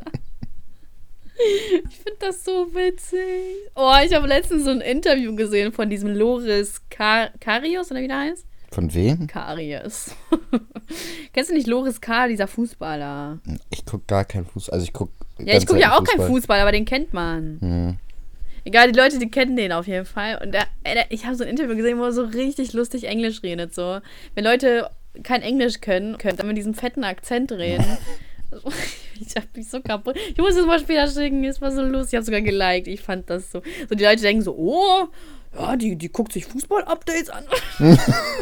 Ich finde das so witzig. Oh, ich habe letztens so ein Interview gesehen von diesem Loris Karius, oder wie der heißt? Von wem? Karius. Kennst du nicht Loris K., dieser Fußballer? Ich gucke gar keinen Fußball. Also ich gucke ja auch keinen Fußball, aber den kennt man. Egal, die Leute, die kennen den auf jeden Fall. Und ich habe so ein Interview gesehen, wo er so richtig lustig Englisch redet. So. Wenn Leute kein Englisch können dann mit diesem fetten Akzent reden. Ich hab mich so kaputt. Ich muss es mal später schicken, es war so lustig. Ich habe sogar geliked, ich fand das so. So die Leute denken so, oh, ja, die guckt sich Fußball-Updates an. Ich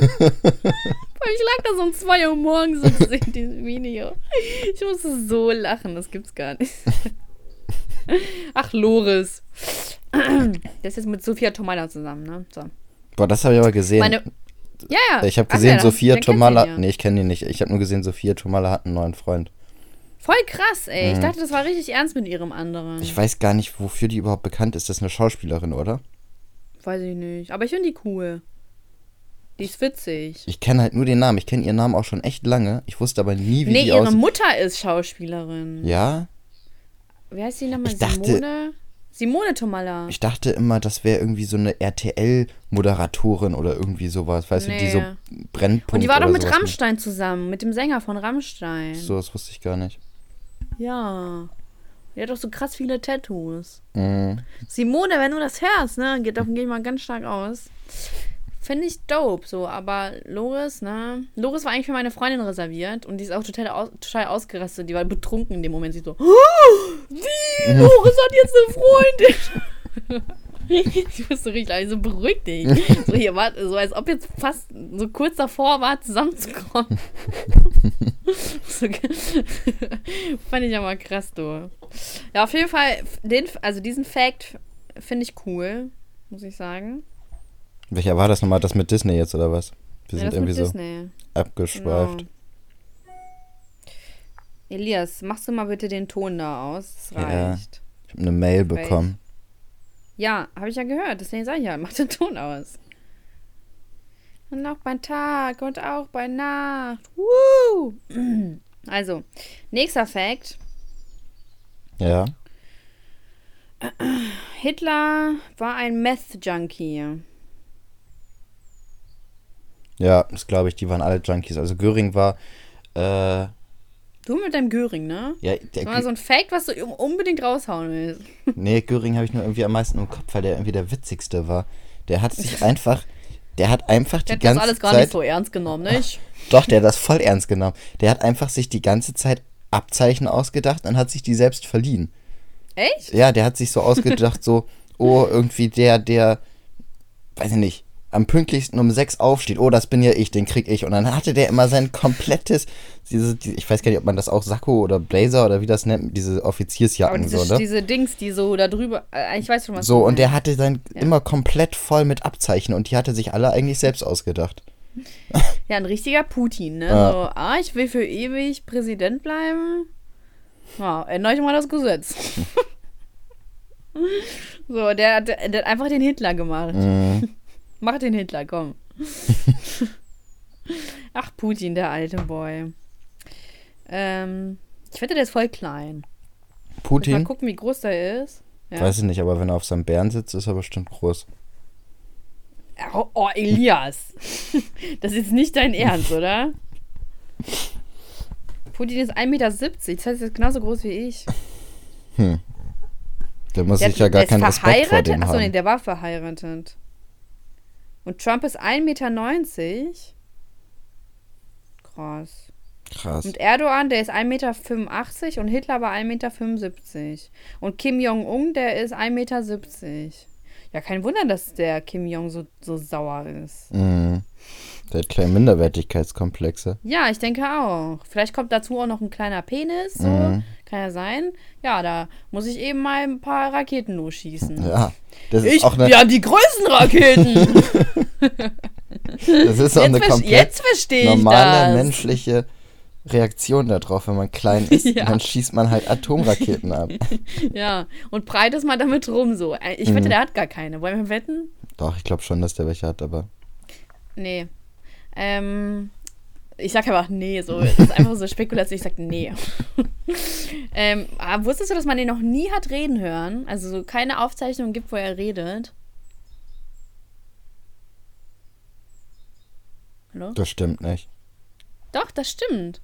lag da so um 2 Uhr morgens und sehe dieses Video. Ich musste so lachen, das gibt's gar nicht. Ach, Loris. Der ist jetzt mit Sophia Tomalla zusammen, ne? So. Boah, das habe ich aber gesehen. Ja. Ich habe gesehen, Sophia Tomalla. Nee, ich kenne die nicht. Ich habe nur gesehen, Sophia Tomalla hat einen neuen Freund. Voll krass, ey. Ich dachte, das war richtig ernst mit ihrem anderen. Ich weiß gar nicht, wofür die überhaupt bekannt ist. Das ist eine Schauspielerin, oder? Weiß ich nicht. Aber ich finde die cool. Die ist witzig. Ich kenne halt nur den Namen. Ich kenne ihren Namen auch schon echt lange. Ich wusste aber nie, wie die ihre Mutter ist Schauspielerin. Ja? Wie heißt die nochmal? Simone Tomalla. Ich dachte immer, das wäre irgendwie so eine RTL-Moderatorin oder irgendwie sowas. Weißt du, die so Brennpunkt. Und die war doch mit sowas Rammstein zusammen. Mit dem Sänger von Rammstein. So, das wusste ich gar nicht. Ja. Die hat doch so krass viele Tattoos. Mhm. Simone, wenn du das hörst, ne, davon gehe ich mal ganz stark aus. Finde ich dope, so, aber Loris, ne? Loris war eigentlich für meine Freundin reserviert und die ist auch total ausgerastet. Die war betrunken in dem Moment. Sie so, wie? Loris hat jetzt eine Freundin. Ich wusste richtig, so beruhig dich. So, hier, warte, so als ob jetzt fast so kurz davor war, zusammenzukommen. So, fand ich ja mal krass, du. Ja, auf jeden Fall, diesen Fact finde ich cool, muss ich sagen. Welcher war das nochmal? Das mit Disney jetzt, oder was? Wir sind irgendwie so Disney. abgeschweift. Genau. Elias, machst du mal bitte den Ton da aus? Das reicht. Ja, ich habe eine Mail bekommen. Ja, habe ich ja gehört. Deswegen sage ich ja, mach den Ton aus. Und auch bei Tag und auch bei Nacht. Woo! Also, nächster Fact. Ja. Hitler war ein Meth-Junkie. Ja, das glaube ich, die waren alle Junkies. Also Göring war, Du mit deinem Göring, ne? ja, Das war so ein Fact, was du unbedingt raushauen willst. Nee, Göring habe ich nur irgendwie am meisten im Kopf, weil der irgendwie der witzigste war. Der hat einfach die ganze Zeit... Der hat das alles gar nicht so ernst genommen, nicht? Doch, der hat das voll ernst genommen. Der hat einfach sich die ganze Zeit Abzeichen ausgedacht und hat sich die selbst verliehen. Echt? Ja, der hat sich so ausgedacht, so, oh, irgendwie der, weiß ich nicht, am pünktlichsten um 6 aufsteht. Oh, das bin ja ich, den krieg ich. Und dann hatte der immer sein komplettes, ich weiß gar nicht, ob man das auch Sakko oder Blazer oder wie das nennt, diese Offiziersjacken. Aber so, ne? diese Dings, die so da drüber, ich weiß schon, was so, du und der hatte dann immer komplett voll mit Abzeichen und die hatte sich alle eigentlich selbst ausgedacht. Ja, ein richtiger Putin, ne? Ja. So, ich will für ewig Präsident bleiben. Ja, ändere ich mal das Gesetz. So, der hat einfach den Hitler gemacht. Mach den Hitler, komm. Ach, Putin, der alte Boy. Ich wette, der ist voll klein. Putin? Mal gucken, wie groß der ist. Ja. Weiß ich nicht, aber wenn er auf seinem Bären sitzt, ist er bestimmt groß. Oh, Elias. Das ist jetzt nicht dein Ernst, oder? Putin ist 1,70 Meter. Das heißt, er ist genauso groß wie ich. Der muss sich ja gar keinen Respekt vor dem haben. Achso, nee, der war verheiratet. Und Trump ist 1,90 Meter. Krass. Und Erdogan, der ist 1,85 Meter und Hitler war 1,75 Meter. Und Kim Jong-un, der ist 1,70 Meter. Ja, kein Wunder, dass der Kim Jong so sauer ist. Mhm. Der hat kleine Minderwertigkeitskomplexe. Ja, ich denke auch. Vielleicht kommt dazu auch noch ein kleiner Penis, so. Kann ja sein. Ja, da muss ich eben mal ein paar Raketen losschießen. Ja, das ist auch ja, die größten Raketen. Das ist auch eine komplett jetzt verstehe ich normale das. menschliche Reaktion darauf, wenn man klein ist. Ja. Dann schießt man halt Atomraketen ab. Ja, und breit ist mal damit rum so. Ich wette, der hat gar keine. Wollen wir wetten? Doch, ich glaube schon, dass der welche hat, aber... Nee. Ich sag einfach nee, so. Das ist einfach so Spekulation. Ich sag nee. Aber wusstest du, dass man den noch nie hat reden hören? Also so keine Aufzeichnung gibt, wo er redet? Hallo? Das stimmt nicht. Doch, das stimmt.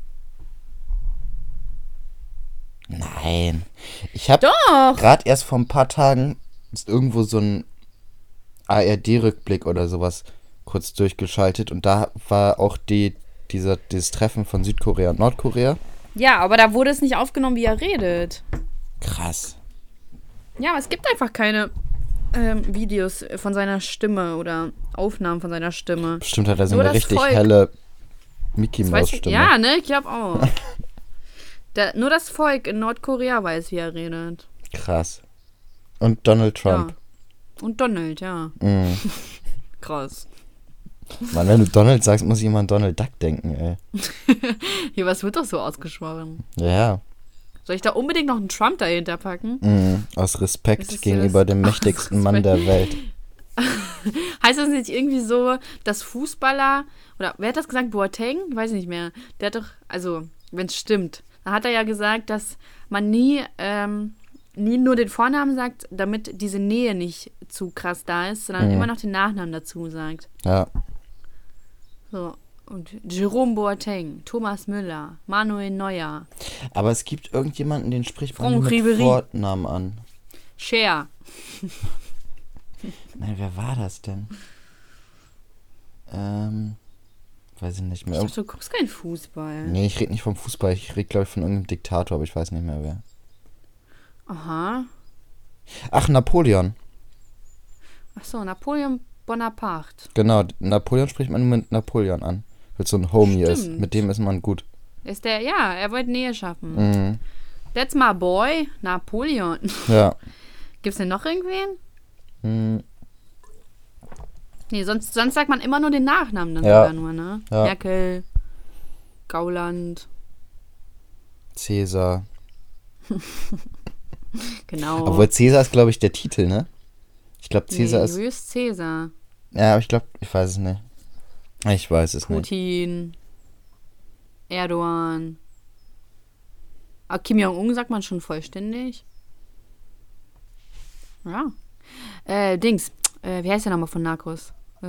Nein. Ich habe Doch! gerade erst vor ein paar Tagen ist irgendwo so ein ARD-Rückblick oder sowas kurz durchgeschaltet und da war auch dieses Treffen von Südkorea und Nordkorea. Ja, aber da wurde es nicht aufgenommen, wie er redet. Krass. Ja, aber es gibt einfach keine Videos von seiner Stimme oder Aufnahmen von seiner Stimme. Bestimmt hat er so Nur eine das richtig Volk. helle Mickey-Maus-Stimme. Ja, ne? Ich glaube auch. Nur das Volk in Nordkorea weiß, wie er redet. Krass. Und Donald Trump. Ja. Und Donald, ja. Mhm. Krass. Mann, wenn du Donald sagst, muss ich immer an Donald Duck denken, ey. Hier, was wird doch so ausgesprochen? Ja. Soll ich da unbedingt noch einen Trump dahinter packen? Mhm. Aus Respekt Ist gegenüber dem mächtigsten Mann der Welt. Heißt das nicht irgendwie so, dass Fußballer, oder wer hat das gesagt? Boateng? Weiß ich nicht mehr. Der hat doch, also, wenn es stimmt, dann hat er ja gesagt, dass man nie nur den Vornamen sagt, damit diese Nähe nicht zu krass da ist, sondern immer noch den Nachnamen dazu sagt. Ja. So. Und Jerome Boateng, Thomas Müller, Manuel Neuer, Aber es gibt irgendjemanden, den spricht man Franck nur mit Ribéry. Vornamen an. Cher. Nein, wer war das denn? Weiß ich nicht mehr. Ich dachte, du guckst keinen Fußball. Nee, ich rede nicht vom Fußball. Ich rede, glaube ich, von irgendeinem Diktator, aber ich weiß nicht mehr wer. Aha. Ach, Napoleon. Achso, Napoleon Bonaparte. Genau, Napoleon spricht man nur mit Napoleon an. Weil so ein Homie ist. Stimmt. Mit dem ist man gut. Ist der, ja, er wollte Nähe schaffen. Mhm. That's my boy, Napoleon. Ja. Gibt's denn noch irgendwen? Mhm. Nee, sonst sagt man immer nur den Nachnamen dann Ja. sogar nur, ne? Ja. Merkel, Gauland, Cäsar. genau. Obwohl Cäsar ist, glaube ich, der Titel, ne? Ich glaube, Cäsar nee, ist... Julius Caesar, Ja, aber ich glaube, ich weiß es nicht. Ich weiß es nicht. Putin, Erdogan. Aber Kim Jong-un sagt man schon vollständig. Ja. Dings. Wie heißt der nochmal von Narcos?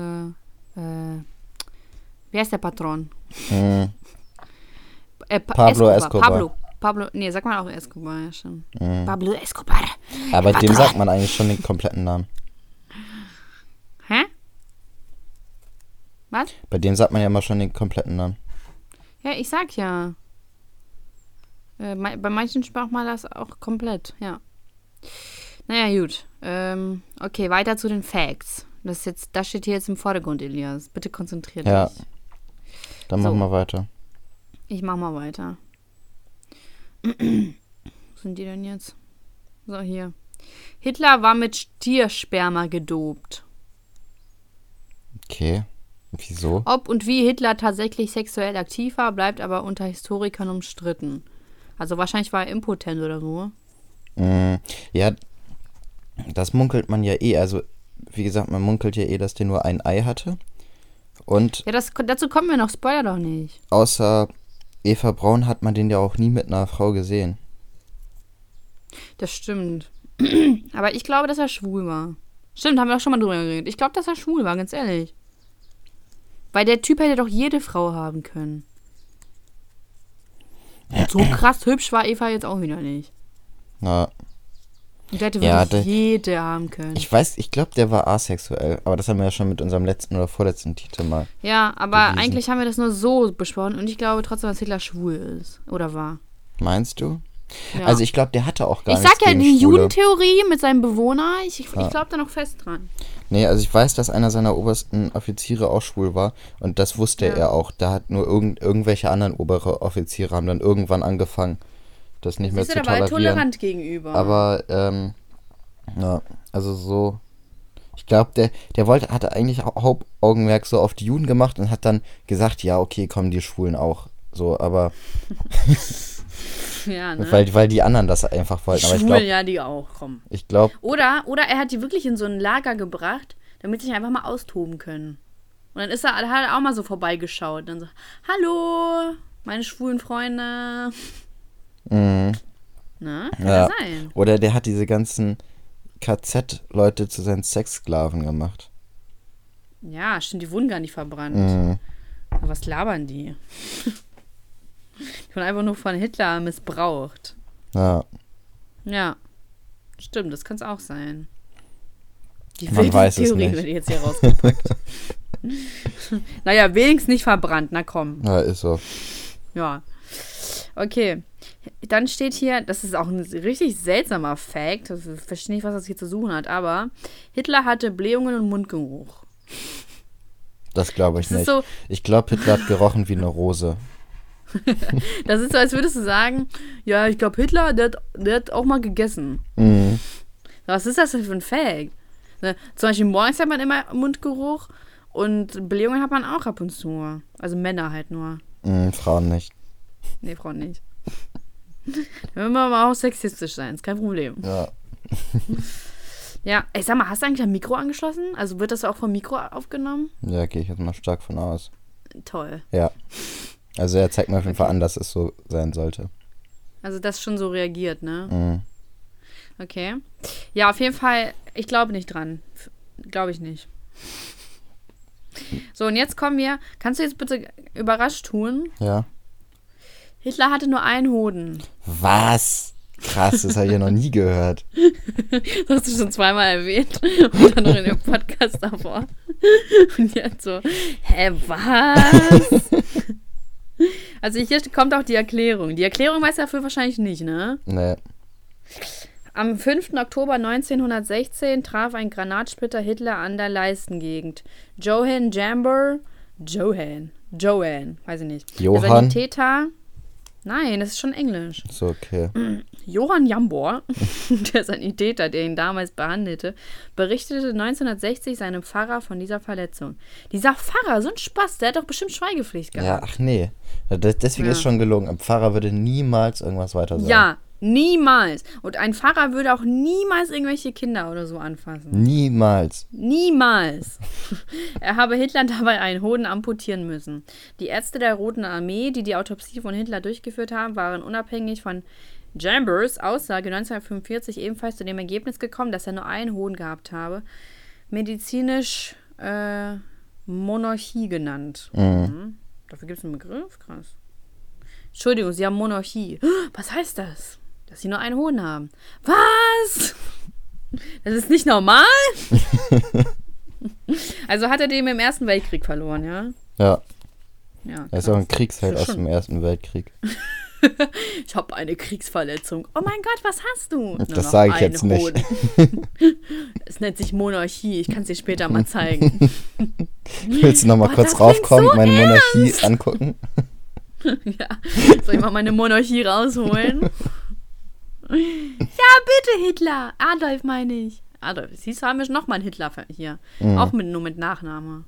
Wie heißt der Patron? Mhm. Pablo Escobar. Pablo, nee, sagt man auch Escobar, ja schon. Mhm. Pablo Escobar. Aber Der dem Patron. sagt man eigentlich schon den kompletten Namen. Hä? Was? Bei dem sagt man ja immer schon den kompletten Namen. Ja, ich sag ja. Bei manchen sprach man das auch komplett, ja. Naja, gut. Okay, weiter zu den Facts. Das steht hier jetzt im Vordergrund, Elias. Bitte konzentrier dich. Ja. Dann So. machen wir weiter. Ich mach mal weiter. Wo sind die denn jetzt? So, hier. Hitler war mit Tiersperma gedopt. Okay. Wieso? Ob und wie Hitler tatsächlich sexuell aktiv war, bleibt aber unter Historikern umstritten. Also wahrscheinlich war er impotent oder so. Ja, das munkelt man ja eh. Also, wie gesagt, man munkelt ja eh, dass der nur ein Ei hatte. Und Ja, dazu kommen wir noch. Spoiler doch nicht. außer Eva Braun hat man den ja auch nie mit einer Frau gesehen. Das stimmt. Aber ich glaube, dass er schwul war. Stimmt, haben wir auch schon mal drüber geredet. Ich glaube, dass er schwul war, ganz ehrlich. Weil der Typ hätte doch jede Frau haben können. Und so krass hübsch war Eva jetzt auch wieder nicht. Na, Und der hätte Ja, wirklich jede haben können. ich glaube, der war asexuell. Aber das haben wir ja schon mit unserem letzten oder vorletzten Titel mal. Ja, aber bewiesen. eigentlich haben wir das nur so besprochen. Und ich glaube trotzdem, dass Hitler schwul ist. Oder war. Meinst du? Ja. Also ich glaube, der hatte auch gar Ich nichts sag ja, gegen die Schwule. Judentheorie mit seinem Bewohner, ich glaube da noch fest dran. Nee, also ich weiß, dass einer seiner obersten Offiziere auch schwul war und das wusste er auch. Da hat nur irgendwelche anderen obere Offiziere haben dann irgendwann angefangen, das nicht mehr zu Ist ja dabei tolerieren. tolerant gegenüber. Aber, ja, also so, ich glaube, der hatte eigentlich Hauptaugenmerk so auf die Juden gemacht und hat dann gesagt, ja, okay, kommen die Schwulen auch. So, aber, ja, ne? weil die anderen das einfach wollten. Aber ich Schwulen, glaube, ja, die auch, komm. ich glaube, Oder er hat die wirklich in so ein Lager gebracht, damit sie sich einfach mal austoben können. Und dann hat er auch mal so vorbeigeschaut. Und dann so, hallo, meine schwulen Freunde. Na, kann ja sein. Oder der hat diese ganzen KZ-Leute zu seinen Sexsklaven gemacht. Ja, stimmt, die wurden gar nicht verbrannt. Aber was labern die? Die wurden einfach nur von Hitler missbraucht. Ja. Ja, stimmt, das kann es auch sein. Die Man weiß es Theorie nicht. wird jetzt hier rausgepackt. Naja, wenigstens nicht verbrannt, na komm. Ja, ist so. Ja. Okay. Dann steht hier, das ist auch ein richtig seltsamer Fact, ich verstehe nicht, was das hier zu suchen hat, aber Hitler hatte Blähungen und Mundgeruch. Das glaube ich Das ist nicht. so- Ich glaube, Hitler hat gerochen wie eine Rose. Das ist so, als würdest du sagen, ja, ich glaube, Hitler, der hat auch mal gegessen. Mhm. Was ist das denn für ein Fact? Ne? Zum Beispiel morgens hat man immer Mundgeruch und Blähungen hat man auch ab und zu. Also Männer halt nur. Frauen nicht. Nee, Frauen nicht. Da will man mal auch sexistisch sein, ist kein Problem. Ja. Ja, ey, sag mal, hast du eigentlich ein Mikro angeschlossen? Also wird das auch vom Mikro aufgenommen? Ja, gehe ich jetzt mal stark von aus. Toll. Ja. Also er zeigt mir auf jeden Fall an, dass es so sein sollte. Also das schon so reagiert, ne? Mhm. Okay. Ja, auf jeden Fall, ich glaube nicht dran. Glaube ich nicht. So, und jetzt kommen wir. Kannst du jetzt bitte überrascht tun? Ja. Hitler hatte nur einen Hoden. Was? Krass, das habe ich ja noch nie gehört. Das hast du schon zweimal erwähnt. Und dann noch in dem Podcast davor. Und jetzt so, hä, was? Also hier kommt auch die Erklärung. Die Erklärung weißt du dafür wahrscheinlich nicht, ne? Nee. Am 5. Oktober 1916 traf ein Granatsplitter Hitler an der Leistengegend. Johann Jamber, Johann, weiß ich nicht. Der Johann? Sanitäter, nein, das ist schon Englisch. So, okay. Johann Jambor, der Sanitäter, der ihn damals behandelte, berichtete 1960 seinem Pfarrer von dieser Verletzung. Dieser Pfarrer, so ein Spaß, der hat doch bestimmt Schweigepflicht Ja, gehabt. ach nee. Deswegen ist schon gelogen. Ein Pfarrer würde niemals irgendwas weiter sagen. Ja, niemals. Und ein Pfarrer würde auch niemals irgendwelche Kinder oder so anfassen. Niemals. Niemals. Er habe Hitler dabei einen Hoden amputieren müssen. Die Ärzte der Roten Armee, die die Autopsie von Hitler durchgeführt haben, waren unabhängig von Jambers Aussage 1945 ebenfalls zu dem Ergebnis gekommen, dass er nur einen Hoden gehabt habe. Medizinisch Monarchie genannt. Mhm. Dafür gibt es einen Begriff? Krass. Entschuldigung, Sie haben Monarchie. Was heißt das? Dass Sie nur einen Hoden haben. Was? Das ist nicht normal? Also hat er den im Ersten Weltkrieg verloren, ja? Ja. Ja. Er ist auch ein krass. Kriegsheld aus Schon. dem Ersten Weltkrieg. Ich habe eine Kriegsverletzung. Oh mein Gott, was hast du? Nur Das noch sage ich einen jetzt nicht. Hoden. Es nennt sich Monarchie. Ich kann es dir später mal zeigen. Willst du noch mal Boah, kurz das klingt raufkommen, so meine Monarchie angucken? Ja. Soll ich mal meine Monarchie rausholen? Ja, bitte, Hitler. Adolf meine ich. Adolf. Siehst du, haben wir noch mal einen Hitler hier. Auch nur mit Nachname.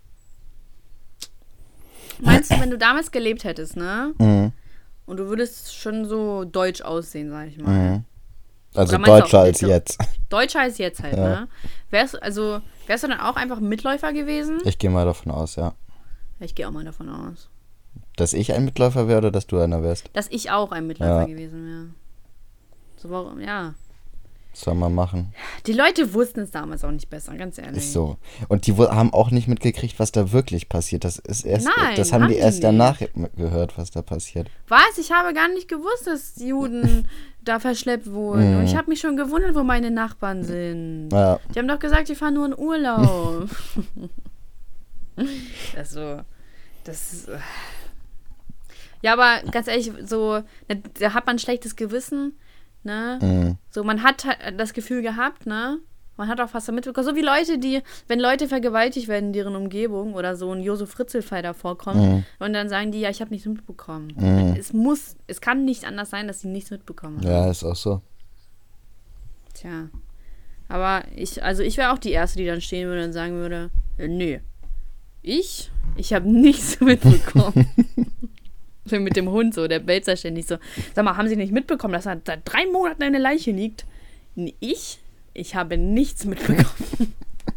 Meinst du, wenn du damals gelebt hättest, ne? Mhm. Und du würdest schon so deutsch aussehen, sag ich mal. Mhm. Also Oder meinst du deutscher auch als jetzt so- jetzt. Deutscher als jetzt halt, Ja. ne? Wärst du dann auch einfach ein Mitläufer gewesen? Ich gehe mal davon aus, ja. Ich gehe auch mal davon aus. Dass ich ein Mitläufer wäre oder dass du einer wärst? Dass ich auch ein Mitläufer Ja. gewesen wäre. So, warum? Ja. Soll man machen. Die Leute wussten es damals auch nicht besser, ganz ehrlich. Ist so. Und die haben auch nicht mitgekriegt, was da wirklich passiert. Das ist erst, Nein, das haben haben die die erst nicht. danach gehört, was da passiert. Was? Ich habe gar nicht gewusst, dass Juden da verschleppt wurden. Und ich habe mich schon gewundert, wo meine Nachbarn sind. Ja. Die haben doch gesagt, die fahren nur in Urlaub. Das ist so. Das ist. Ja, aber ganz ehrlich, so, da hat man ein schlechtes Gewissen, ne? So, man hat das Gefühl gehabt, ne? Man hat auch fast mitbekommen. So wie Leute, wenn Leute vergewaltigt werden in deren Umgebung oder so ein Josef-Fritzl-Fall davor kommt und dann sagen die, ja, ich habe nichts mitbekommen. Es kann nicht anders sein, dass sie nichts mitbekommen haben. Ja, ist auch so. Tja. Aber ich wäre auch die Erste, die dann stehen würde und sagen würde, nö. Ich habe nichts mitbekommen. So mit dem Hund so, der bellt da ständig so. Sag mal, haben Sie nicht mitbekommen, dass da seit 3 Monaten eine Leiche liegt? Ich habe nichts mitbekommen.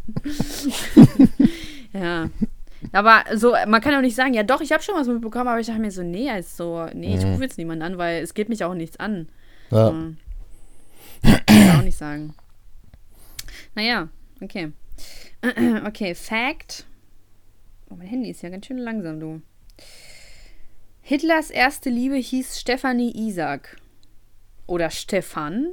Ja. Aber so, man kann auch nicht sagen, ja doch, ich habe schon was mitbekommen, aber ich dachte mir so, ich rufe jetzt niemanden an, weil es geht mich auch nichts an. Ja. Kann ich auch nicht sagen. Naja, okay. Okay, Fact. Oh, mein Handy ist ja ganz schön langsam, du. Hitlers erste Liebe hieß Stefanie Isaak. Oder Stefan.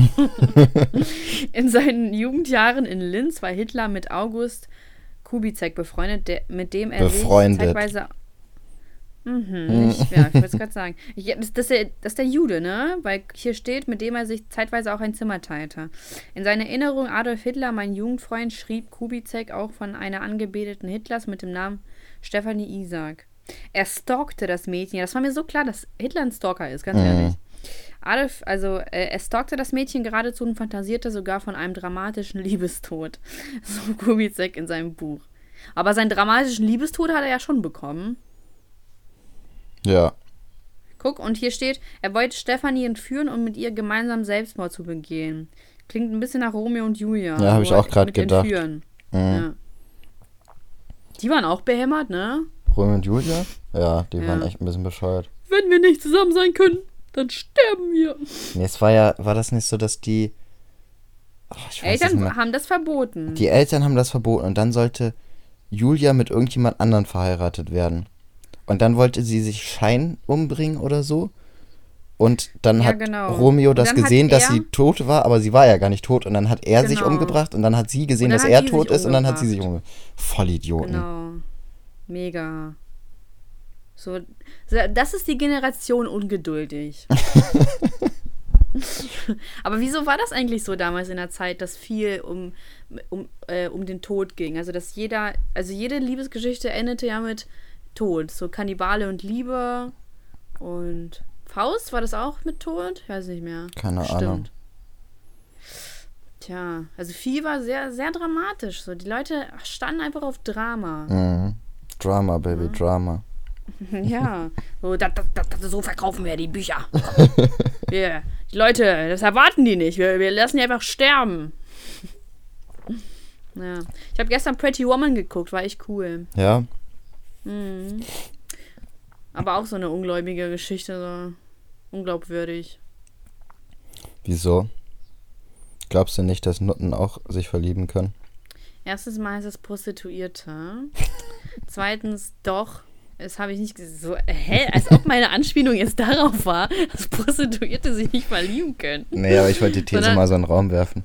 In seinen Jugendjahren in Linz war Hitler mit August Kubizek befreundet, mit dem er sich zeitweise... ich wollte es gerade sagen. Das ist der Jude, ne? Weil hier steht, mit dem er sich zeitweise auch ein Zimmer teilte. In seiner Erinnerung Adolf Hitler, mein Jugendfreund, schrieb Kubizek auch von einer Angebeteten Hitlers mit dem Namen Stefanie Isaak. Er stalkte das Mädchen. Das war mir so klar, dass Hitler ein Stalker ist, ganz ehrlich. Adolf, er stalkte das Mädchen geradezu und fantasierte sogar von einem dramatischen Liebestod. So Kubizek in seinem Buch. Aber seinen dramatischen Liebestod hat er ja schon bekommen. Ja. Guck, und hier steht, er wollte Stefanie entführen und mit ihr gemeinsam Selbstmord zu begehen. Klingt ein bisschen nach Romeo und Julia. Ja, habe ich auch gerade gedacht. Entführen. Ja. Die waren auch behämmert, ne? Romeo und Julia? Ja, die waren echt ein bisschen bescheuert. Wenn wir nicht zusammen sein können, dann sterben wir. Nee, war das nicht so, dass die Eltern haben das verboten. Die Eltern haben das verboten und dann sollte Julia mit irgendjemand anderen verheiratet werden. Und dann wollte sie sich Schein umbringen oder so. Und dann hat Romeo das gesehen, dass sie tot war, aber sie war ja gar nicht tot. Und dann hat er sich umgebracht und dann hat sie gesehen, dass er tot ist und dann hat sie sich umgebracht. Vollidioten. Genau. Mega. So, das ist die Generation ungeduldig. Aber wieso war das eigentlich so damals in der Zeit, dass viel um den Tod ging? Also, dass jede Liebesgeschichte endete ja mit Tod. So Kannibale und Liebe und Faust, war das auch mit Tod? Ich weiß nicht mehr. Keine Ahnung. Tja, also viel war sehr, sehr dramatisch. So, die Leute standen einfach auf Drama. Drama, Baby, Drama. Ja, so verkaufen wir die Bücher. Die Leute, das erwarten die nicht. Wir lassen die einfach sterben. Ja. Ich habe gestern Pretty Woman geguckt, war echt cool. Ja. Aber auch so eine ungläubige Geschichte, so unglaubwürdig. Wieso? Glaubst du nicht, dass Nutten auch sich verlieben können? Erstens mal heißt es Prostituierte. Zweitens doch. Das habe ich nicht so, als ob meine Anspielung jetzt darauf war, dass Prostituierte sich nicht verlieben können. Nee, aber ich wollte die These mal so in den Raum werfen.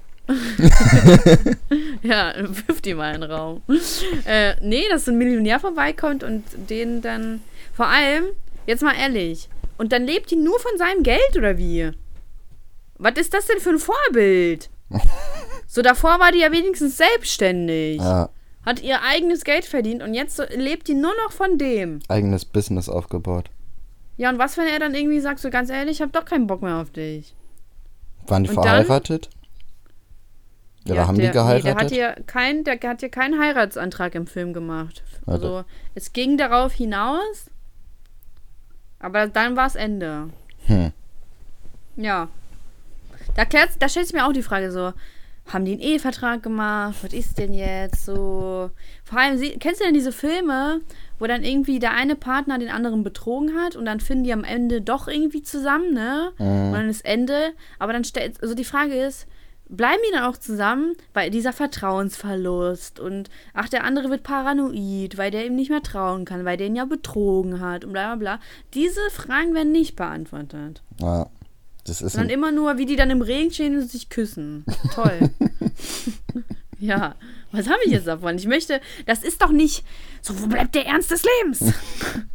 Ja, wirf die mal in den Raum. Nee, dass so ein Millionär vorbeikommt und den dann, vor allem, jetzt mal ehrlich, und dann lebt die nur von seinem Geld, oder wie? Was ist das denn für ein Vorbild? So, davor war die ja wenigstens selbstständig. Ja. Hat ihr eigenes Geld verdient und jetzt lebt die nur noch von dem. Eigenes Business aufgebaut. Ja, und was, wenn er dann irgendwie sagt, so ganz ehrlich, ich hab doch keinen Bock mehr auf dich? Waren die verheiratet? Oder haben die geheiratet? Nee, der hat hier keinen Heiratsantrag im Film gemacht. Also, es ging darauf hinaus, aber dann war es Ende. Ja. Da stellt sich mir auch die Frage so, haben die einen Ehevertrag gemacht? Was ist denn jetzt so? Vor allem, kennst du denn diese Filme, wo dann irgendwie der eine Partner den anderen betrogen hat und dann finden die am Ende doch irgendwie zusammen, ne? Und dann ist Ende. Aber dann also die Frage ist, bleiben die dann auch zusammen? Weil dieser Vertrauensverlust und der andere wird paranoid, weil der ihm nicht mehr trauen kann, weil der ihn ja betrogen hat und bla bla bla. Diese Fragen werden nicht beantwortet. Ja. Das ist und dann immer nur, wie die dann im Regen stehen und sich küssen. Toll. Ja, was habe ich jetzt davon? Das ist doch nicht so, wo bleibt der Ernst des Lebens?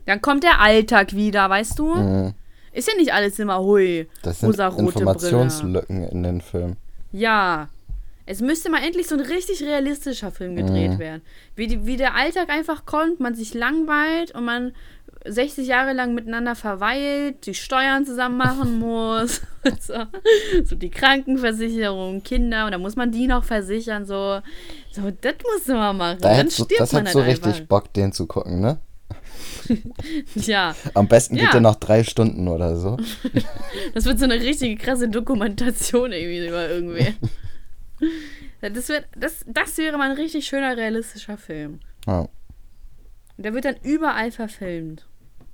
Dann kommt der Alltag wieder, weißt du? Mhm. Ist ja nicht alles immer hui. Das sind Informationslücken in den Filmen. Ja. Es müsste mal endlich so ein richtig realistischer Film gedreht werden. Wie der Alltag einfach kommt, man sich langweilt und man 60 Jahre lang miteinander verweilt, die Steuern zusammen machen muss, so die Krankenversicherung, Kinder, und dann muss man die noch versichern, so das musst du mal machen. Dann stirbt das man hat so halt richtig einfach. Bock, den zu gucken, ne? Ja. Am besten geht der noch 3 Stunden oder so. Das wird so eine richtige krasse Dokumentation irgendwie über irgendwie. Das wäre mal ein richtig schöner, realistischer Film. Ja. Der wird dann überall verfilmt.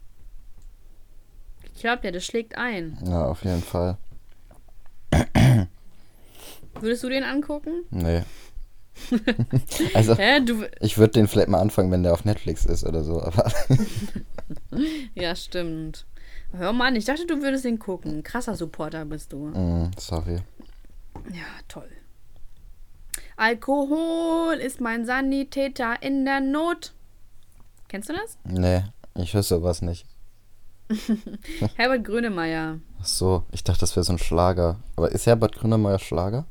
Ich glaube ja, das schlägt ein. Ja, auf jeden Fall. Würdest du den angucken? Nee. Also, Hä? ich würde den vielleicht mal anfangen, wenn der auf Netflix ist oder so, aber Ja, stimmt. Hör mal an, ich dachte, du würdest den gucken. Krasser Supporter bist du. sorry. Ja, toll. Alkohol ist mein Sanitäter in der Not. Kennst du das? Nee, ich höre sowas nicht. Herbert Grönemeyer. Ach so, ich dachte, das wäre so ein Schlager. Aber ist Herbert Grönemeyer Schlager?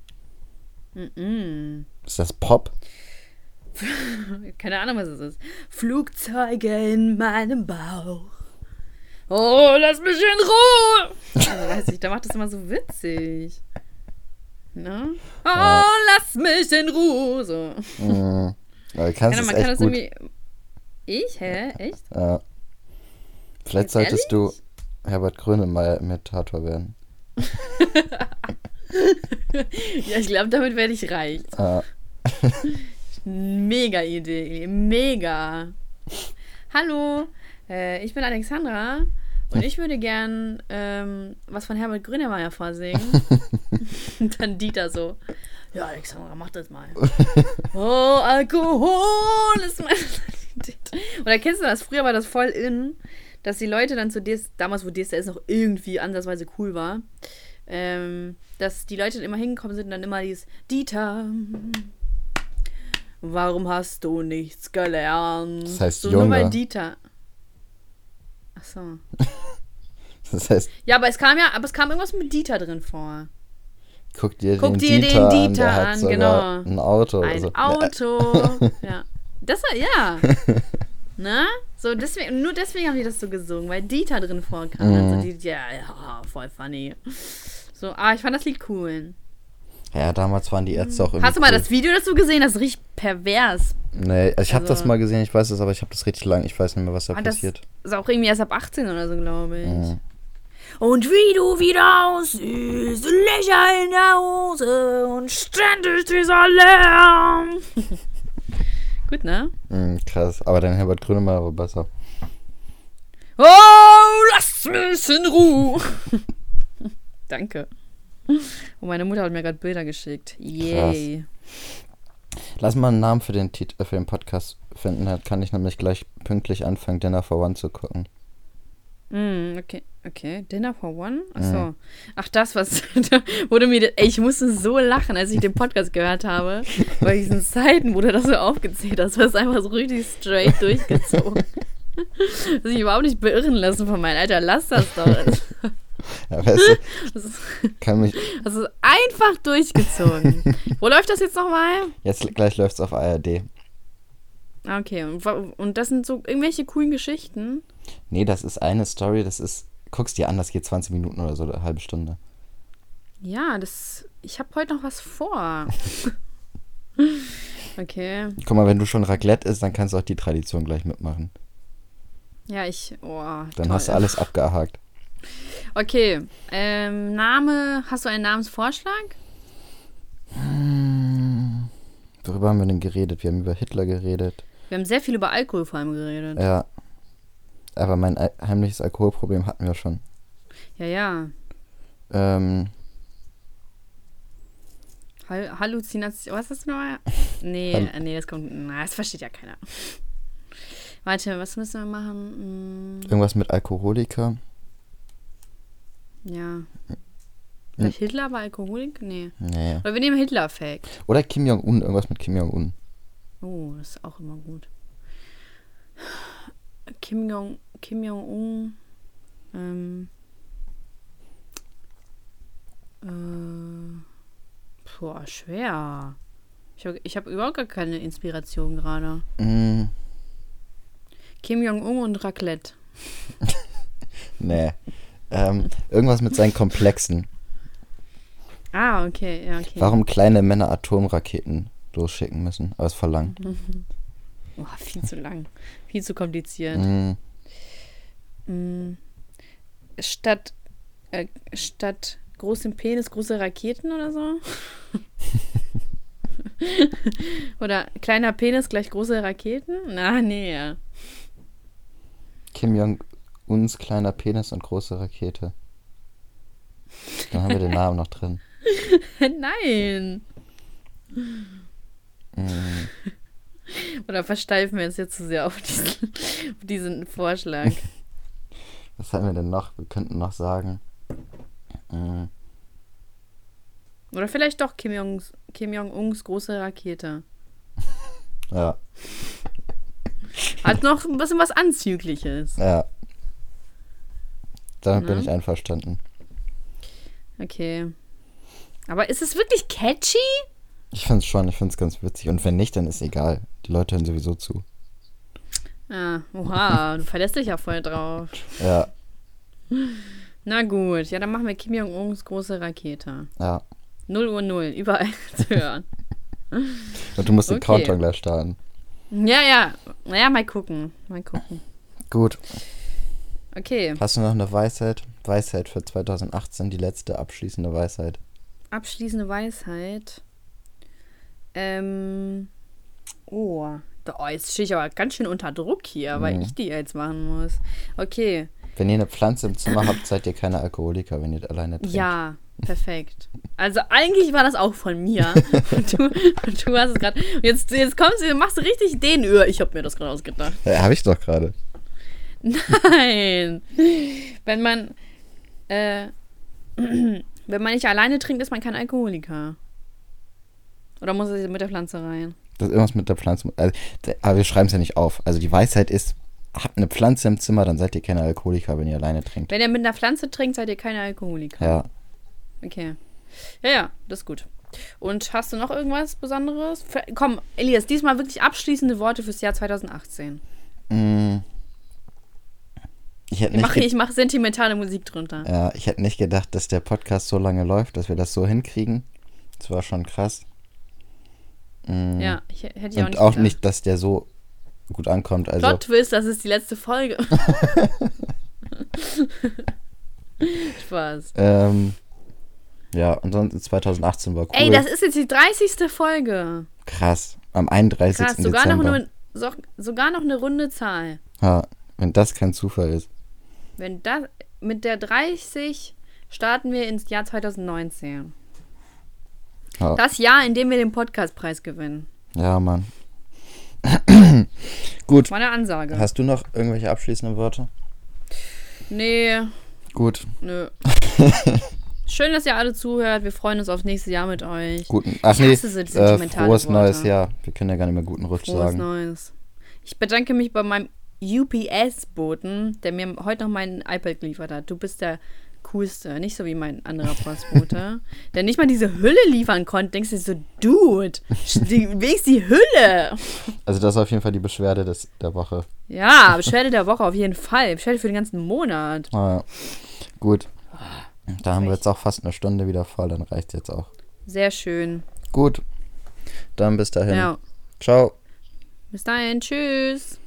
Ist das Pop? Keine Ahnung, was es ist. Flugzeuge in meinem Bauch. Oh, lass mich in Ruhe! Also, weiß ich, da macht das immer so witzig. Ne? Oh, Ja. lass mich in Ruhe! So. Aber kannst Ja, es man echt kann das gut. irgendwie. Ich? Hä? Echt? Ja. Vielleicht Jetzt solltest du Herbert Grönemeyer Imitator werden. Ja, ich glaube, damit werde ich reich. Ja. Mega Idee. Mega. Hallo, ich bin Alexandra und ich würde gern was von Herbert Grönemeyer vorsingen. Und dann Dieter so. Ja, Alexandra, mach das mal. Oh, Alkohol ist mein Sanitäter. Oder kennst du das? Früher war das voll in, dass die Leute dann zu damals, wo DSDS noch irgendwie ansatzweise cool war, dass die Leute dann immer hingekommen sind und dann immer dieses Dieter, warum hast du nichts gelernt? Das heißt so, Junge. nur weil Dieter. Ach so. Das heißt, Ja, aber es kam irgendwas mit Dieter drin vor. guck dir Guck den dir Dieter den an, Dieter der hat an, sogar genau. ein Auto. Ein also, Auto. Ja. Das war, ja. Ne? So, deswegen, nur deswegen haben die das so gesungen, weil Dieter drin vorkam. Also ja, voll funny. So, ich fand das Lied cool. Ja, damals waren die Ärzte auch irgendwie Hast du mal cool. das Video dazu gesehen? Das ist richtig pervers. Nee, ich habe Also- das mal gesehen, ich weiß es, aber ich habe das richtig lang, ich weiß nicht mehr, was da Das passiert. ist auch irgendwie erst ab 18 oder so, glaube ich. Und wie du wieder aussiehst, Löcher in der Hose und ständig dieser Lärm. Gut, ne? Krass, aber dein Herbert Grönemeyer war besser. Oh, lass mich in Ruhe. Danke. Und meine Mutter hat mir gerade Bilder geschickt. Yay. Lass mal einen Namen für den Podcast finden, dann kann ich nämlich gleich pünktlich anfangen, Dinner for One zu gucken. Okay. Dinner for One? Achso. Ach, das, was da wurde mir. Ey, ich musste so lachen, als ich den Podcast gehört habe. Bei diesen Zeiten wurde das so aufgezählt. Das war es einfach so richtig straight durchgezogen. Dass ich überhaupt nicht beirren lassen von meinem Alter. Lass das doch. Ja, weißt du, Das ist das einfach durchgezogen. Wo läuft das jetzt nochmal? jetzt gleich läuft's auf ARD. Okay, und das sind so irgendwelche coolen Geschichten. Nee, das ist eine Story, guck's dir an, das geht 20 Minuten oder so, eine halbe Stunde. Ja, ich habe heute noch was vor. Okay. Guck mal, wenn du schon Raclette isst, dann kannst du auch die Tradition gleich mitmachen. Ja, Dann toll. hast du alles abgehakt. Okay, Name, hast du einen Namensvorschlag? Worüber haben wir denn geredet? Wir haben über Hitler geredet. Wir haben sehr viel über Alkohol vor allem geredet. Ja. Aber mein heimliches Alkoholproblem hatten wir schon. Ja. Halluzination, was hast du nochmal? Nee, das kommt, das versteht ja keiner. Warte, was müssen wir machen? Irgendwas mit Alkoholiker. Ja. Vielleicht Hitler war Alkoholik? Nee. Nee. Oder wir nehmen Hitler-Fact. Oder Kim Jong-un, irgendwas mit Kim Jong-un. Oh, das ist auch immer gut. Kim Kim Jong-un. Schwer. Ich hab überhaupt gar keine Inspiration gerade. Kim Jong-un und Raclette. Nee. Irgendwas mit seinen Komplexen. Ah, okay, ja, okay. Warum kleine Männer Atomraketen losschicken müssen, aber es verlangt. Oh, viel zu lang. Viel zu kompliziert. Statt großem Penis große Raketen oder so? Oder kleiner Penis gleich große Raketen? Na, nee, ja. Kim Jong-uns kleiner Penis und große Rakete. Dann haben wir den Namen noch drin. Nein. Oder versteifen wir uns jetzt zu sehr auf diesen Vorschlag? Was haben wir denn noch? Wir könnten noch sagen. Oder vielleicht doch Kim Jong-uns große Rakete. Ja. Hat noch ein bisschen was Anzügliches. Ja. Damit bin ich einverstanden. Okay. Aber ist es wirklich catchy? Ich find's schon, ich find's ganz witzig. Und wenn nicht, dann ist egal. Die Leute hören sowieso zu. Ah, oha, du verlässt dich ja voll drauf. Ja. Na gut, ja, dann machen wir Kim Jong-uns große Rakete. Ja. 0:00, überall zu hören. Und du musst den Countdown gleich starten. Ja. Naja, mal gucken. Gut. Okay. Hast du noch eine Weisheit? Weisheit für 2018, die letzte abschließende Weisheit. Abschließende Weisheit. Jetzt stehe ich aber ganz schön unter Druck hier, weil ich die jetzt machen muss. Okay. Wenn ihr eine Pflanze im Zimmer habt, seid ihr keine Alkoholiker, wenn ihr alleine trinkt. Ja, perfekt. Also eigentlich war das auch von mir. Und du hast es gerade. Jetzt kommst du, machst du richtig den Öhr. Ich habe mir das gerade ausgedacht. Ja, habe ich doch gerade. Nein. Wenn man nicht alleine trinkt, ist man kein Alkoholiker. Oder muss es mit der Pflanze rein? Das ist irgendwas mit der Pflanze. Also, aber wir schreiben es ja nicht auf. Also die Weisheit ist, habt eine Pflanze im Zimmer, dann seid ihr keine Alkoholiker, wenn ihr alleine trinkt. Wenn ihr mit einer Pflanze trinkt, seid ihr keine Alkoholiker. Ja. Okay. Ja, das ist gut. Und hast du noch irgendwas Besonderes? Komm, Elias, diesmal wirklich abschließende Worte fürs Jahr 2018. Ich mache sentimentale Musik drunter. Ja, ich hätte nicht gedacht, dass der Podcast so lange läuft, dass wir das so hinkriegen. Das war schon krass. Ja, hätte ich auch nicht gedacht. Und auch nicht, dass der so gut ankommt. Also Plot-Twist, das ist die letzte Folge. Spaß. Ja, und sonst 2018 war cool. Ey, das ist jetzt die 30. Folge. Krass. Am 31. Krass, Dezember. sogar noch eine runde Zahl. Ja, wenn das kein Zufall ist. Mit der 30 starten wir ins Jahr 2019. Ja. Das Jahr, in dem wir den Podcastpreis gewinnen. Ja, Mann. Gut. Meine Ansage. Hast du noch irgendwelche abschließenden Worte? Nee. Gut. Nö. Schön, dass ihr alle zuhört. Wir freuen uns aufs nächste Jahr mit euch. Frohes neues Jahr. Wir können ja gar nicht mehr guten Rutsch sagen. Frohes Neues. Ich bedanke mich bei meinem UPS-Boten, der mir heute noch mein iPad geliefert hat. Du bist der Coolste. Nicht so wie mein anderer Postbote, der nicht mal diese Hülle liefern konnte. Denkst du so, Dude, wenigstens die Hülle. Also das ist auf jeden Fall die Beschwerde der Woche. Ja, Beschwerde der Woche auf jeden Fall. Beschwerde für den ganzen Monat. Ja. Gut. Da haben wir jetzt auch fast eine Stunde wieder voll, dann reicht es jetzt auch. Sehr schön. Gut. Dann bis dahin. Ja. Ciao. Bis dahin. Tschüss.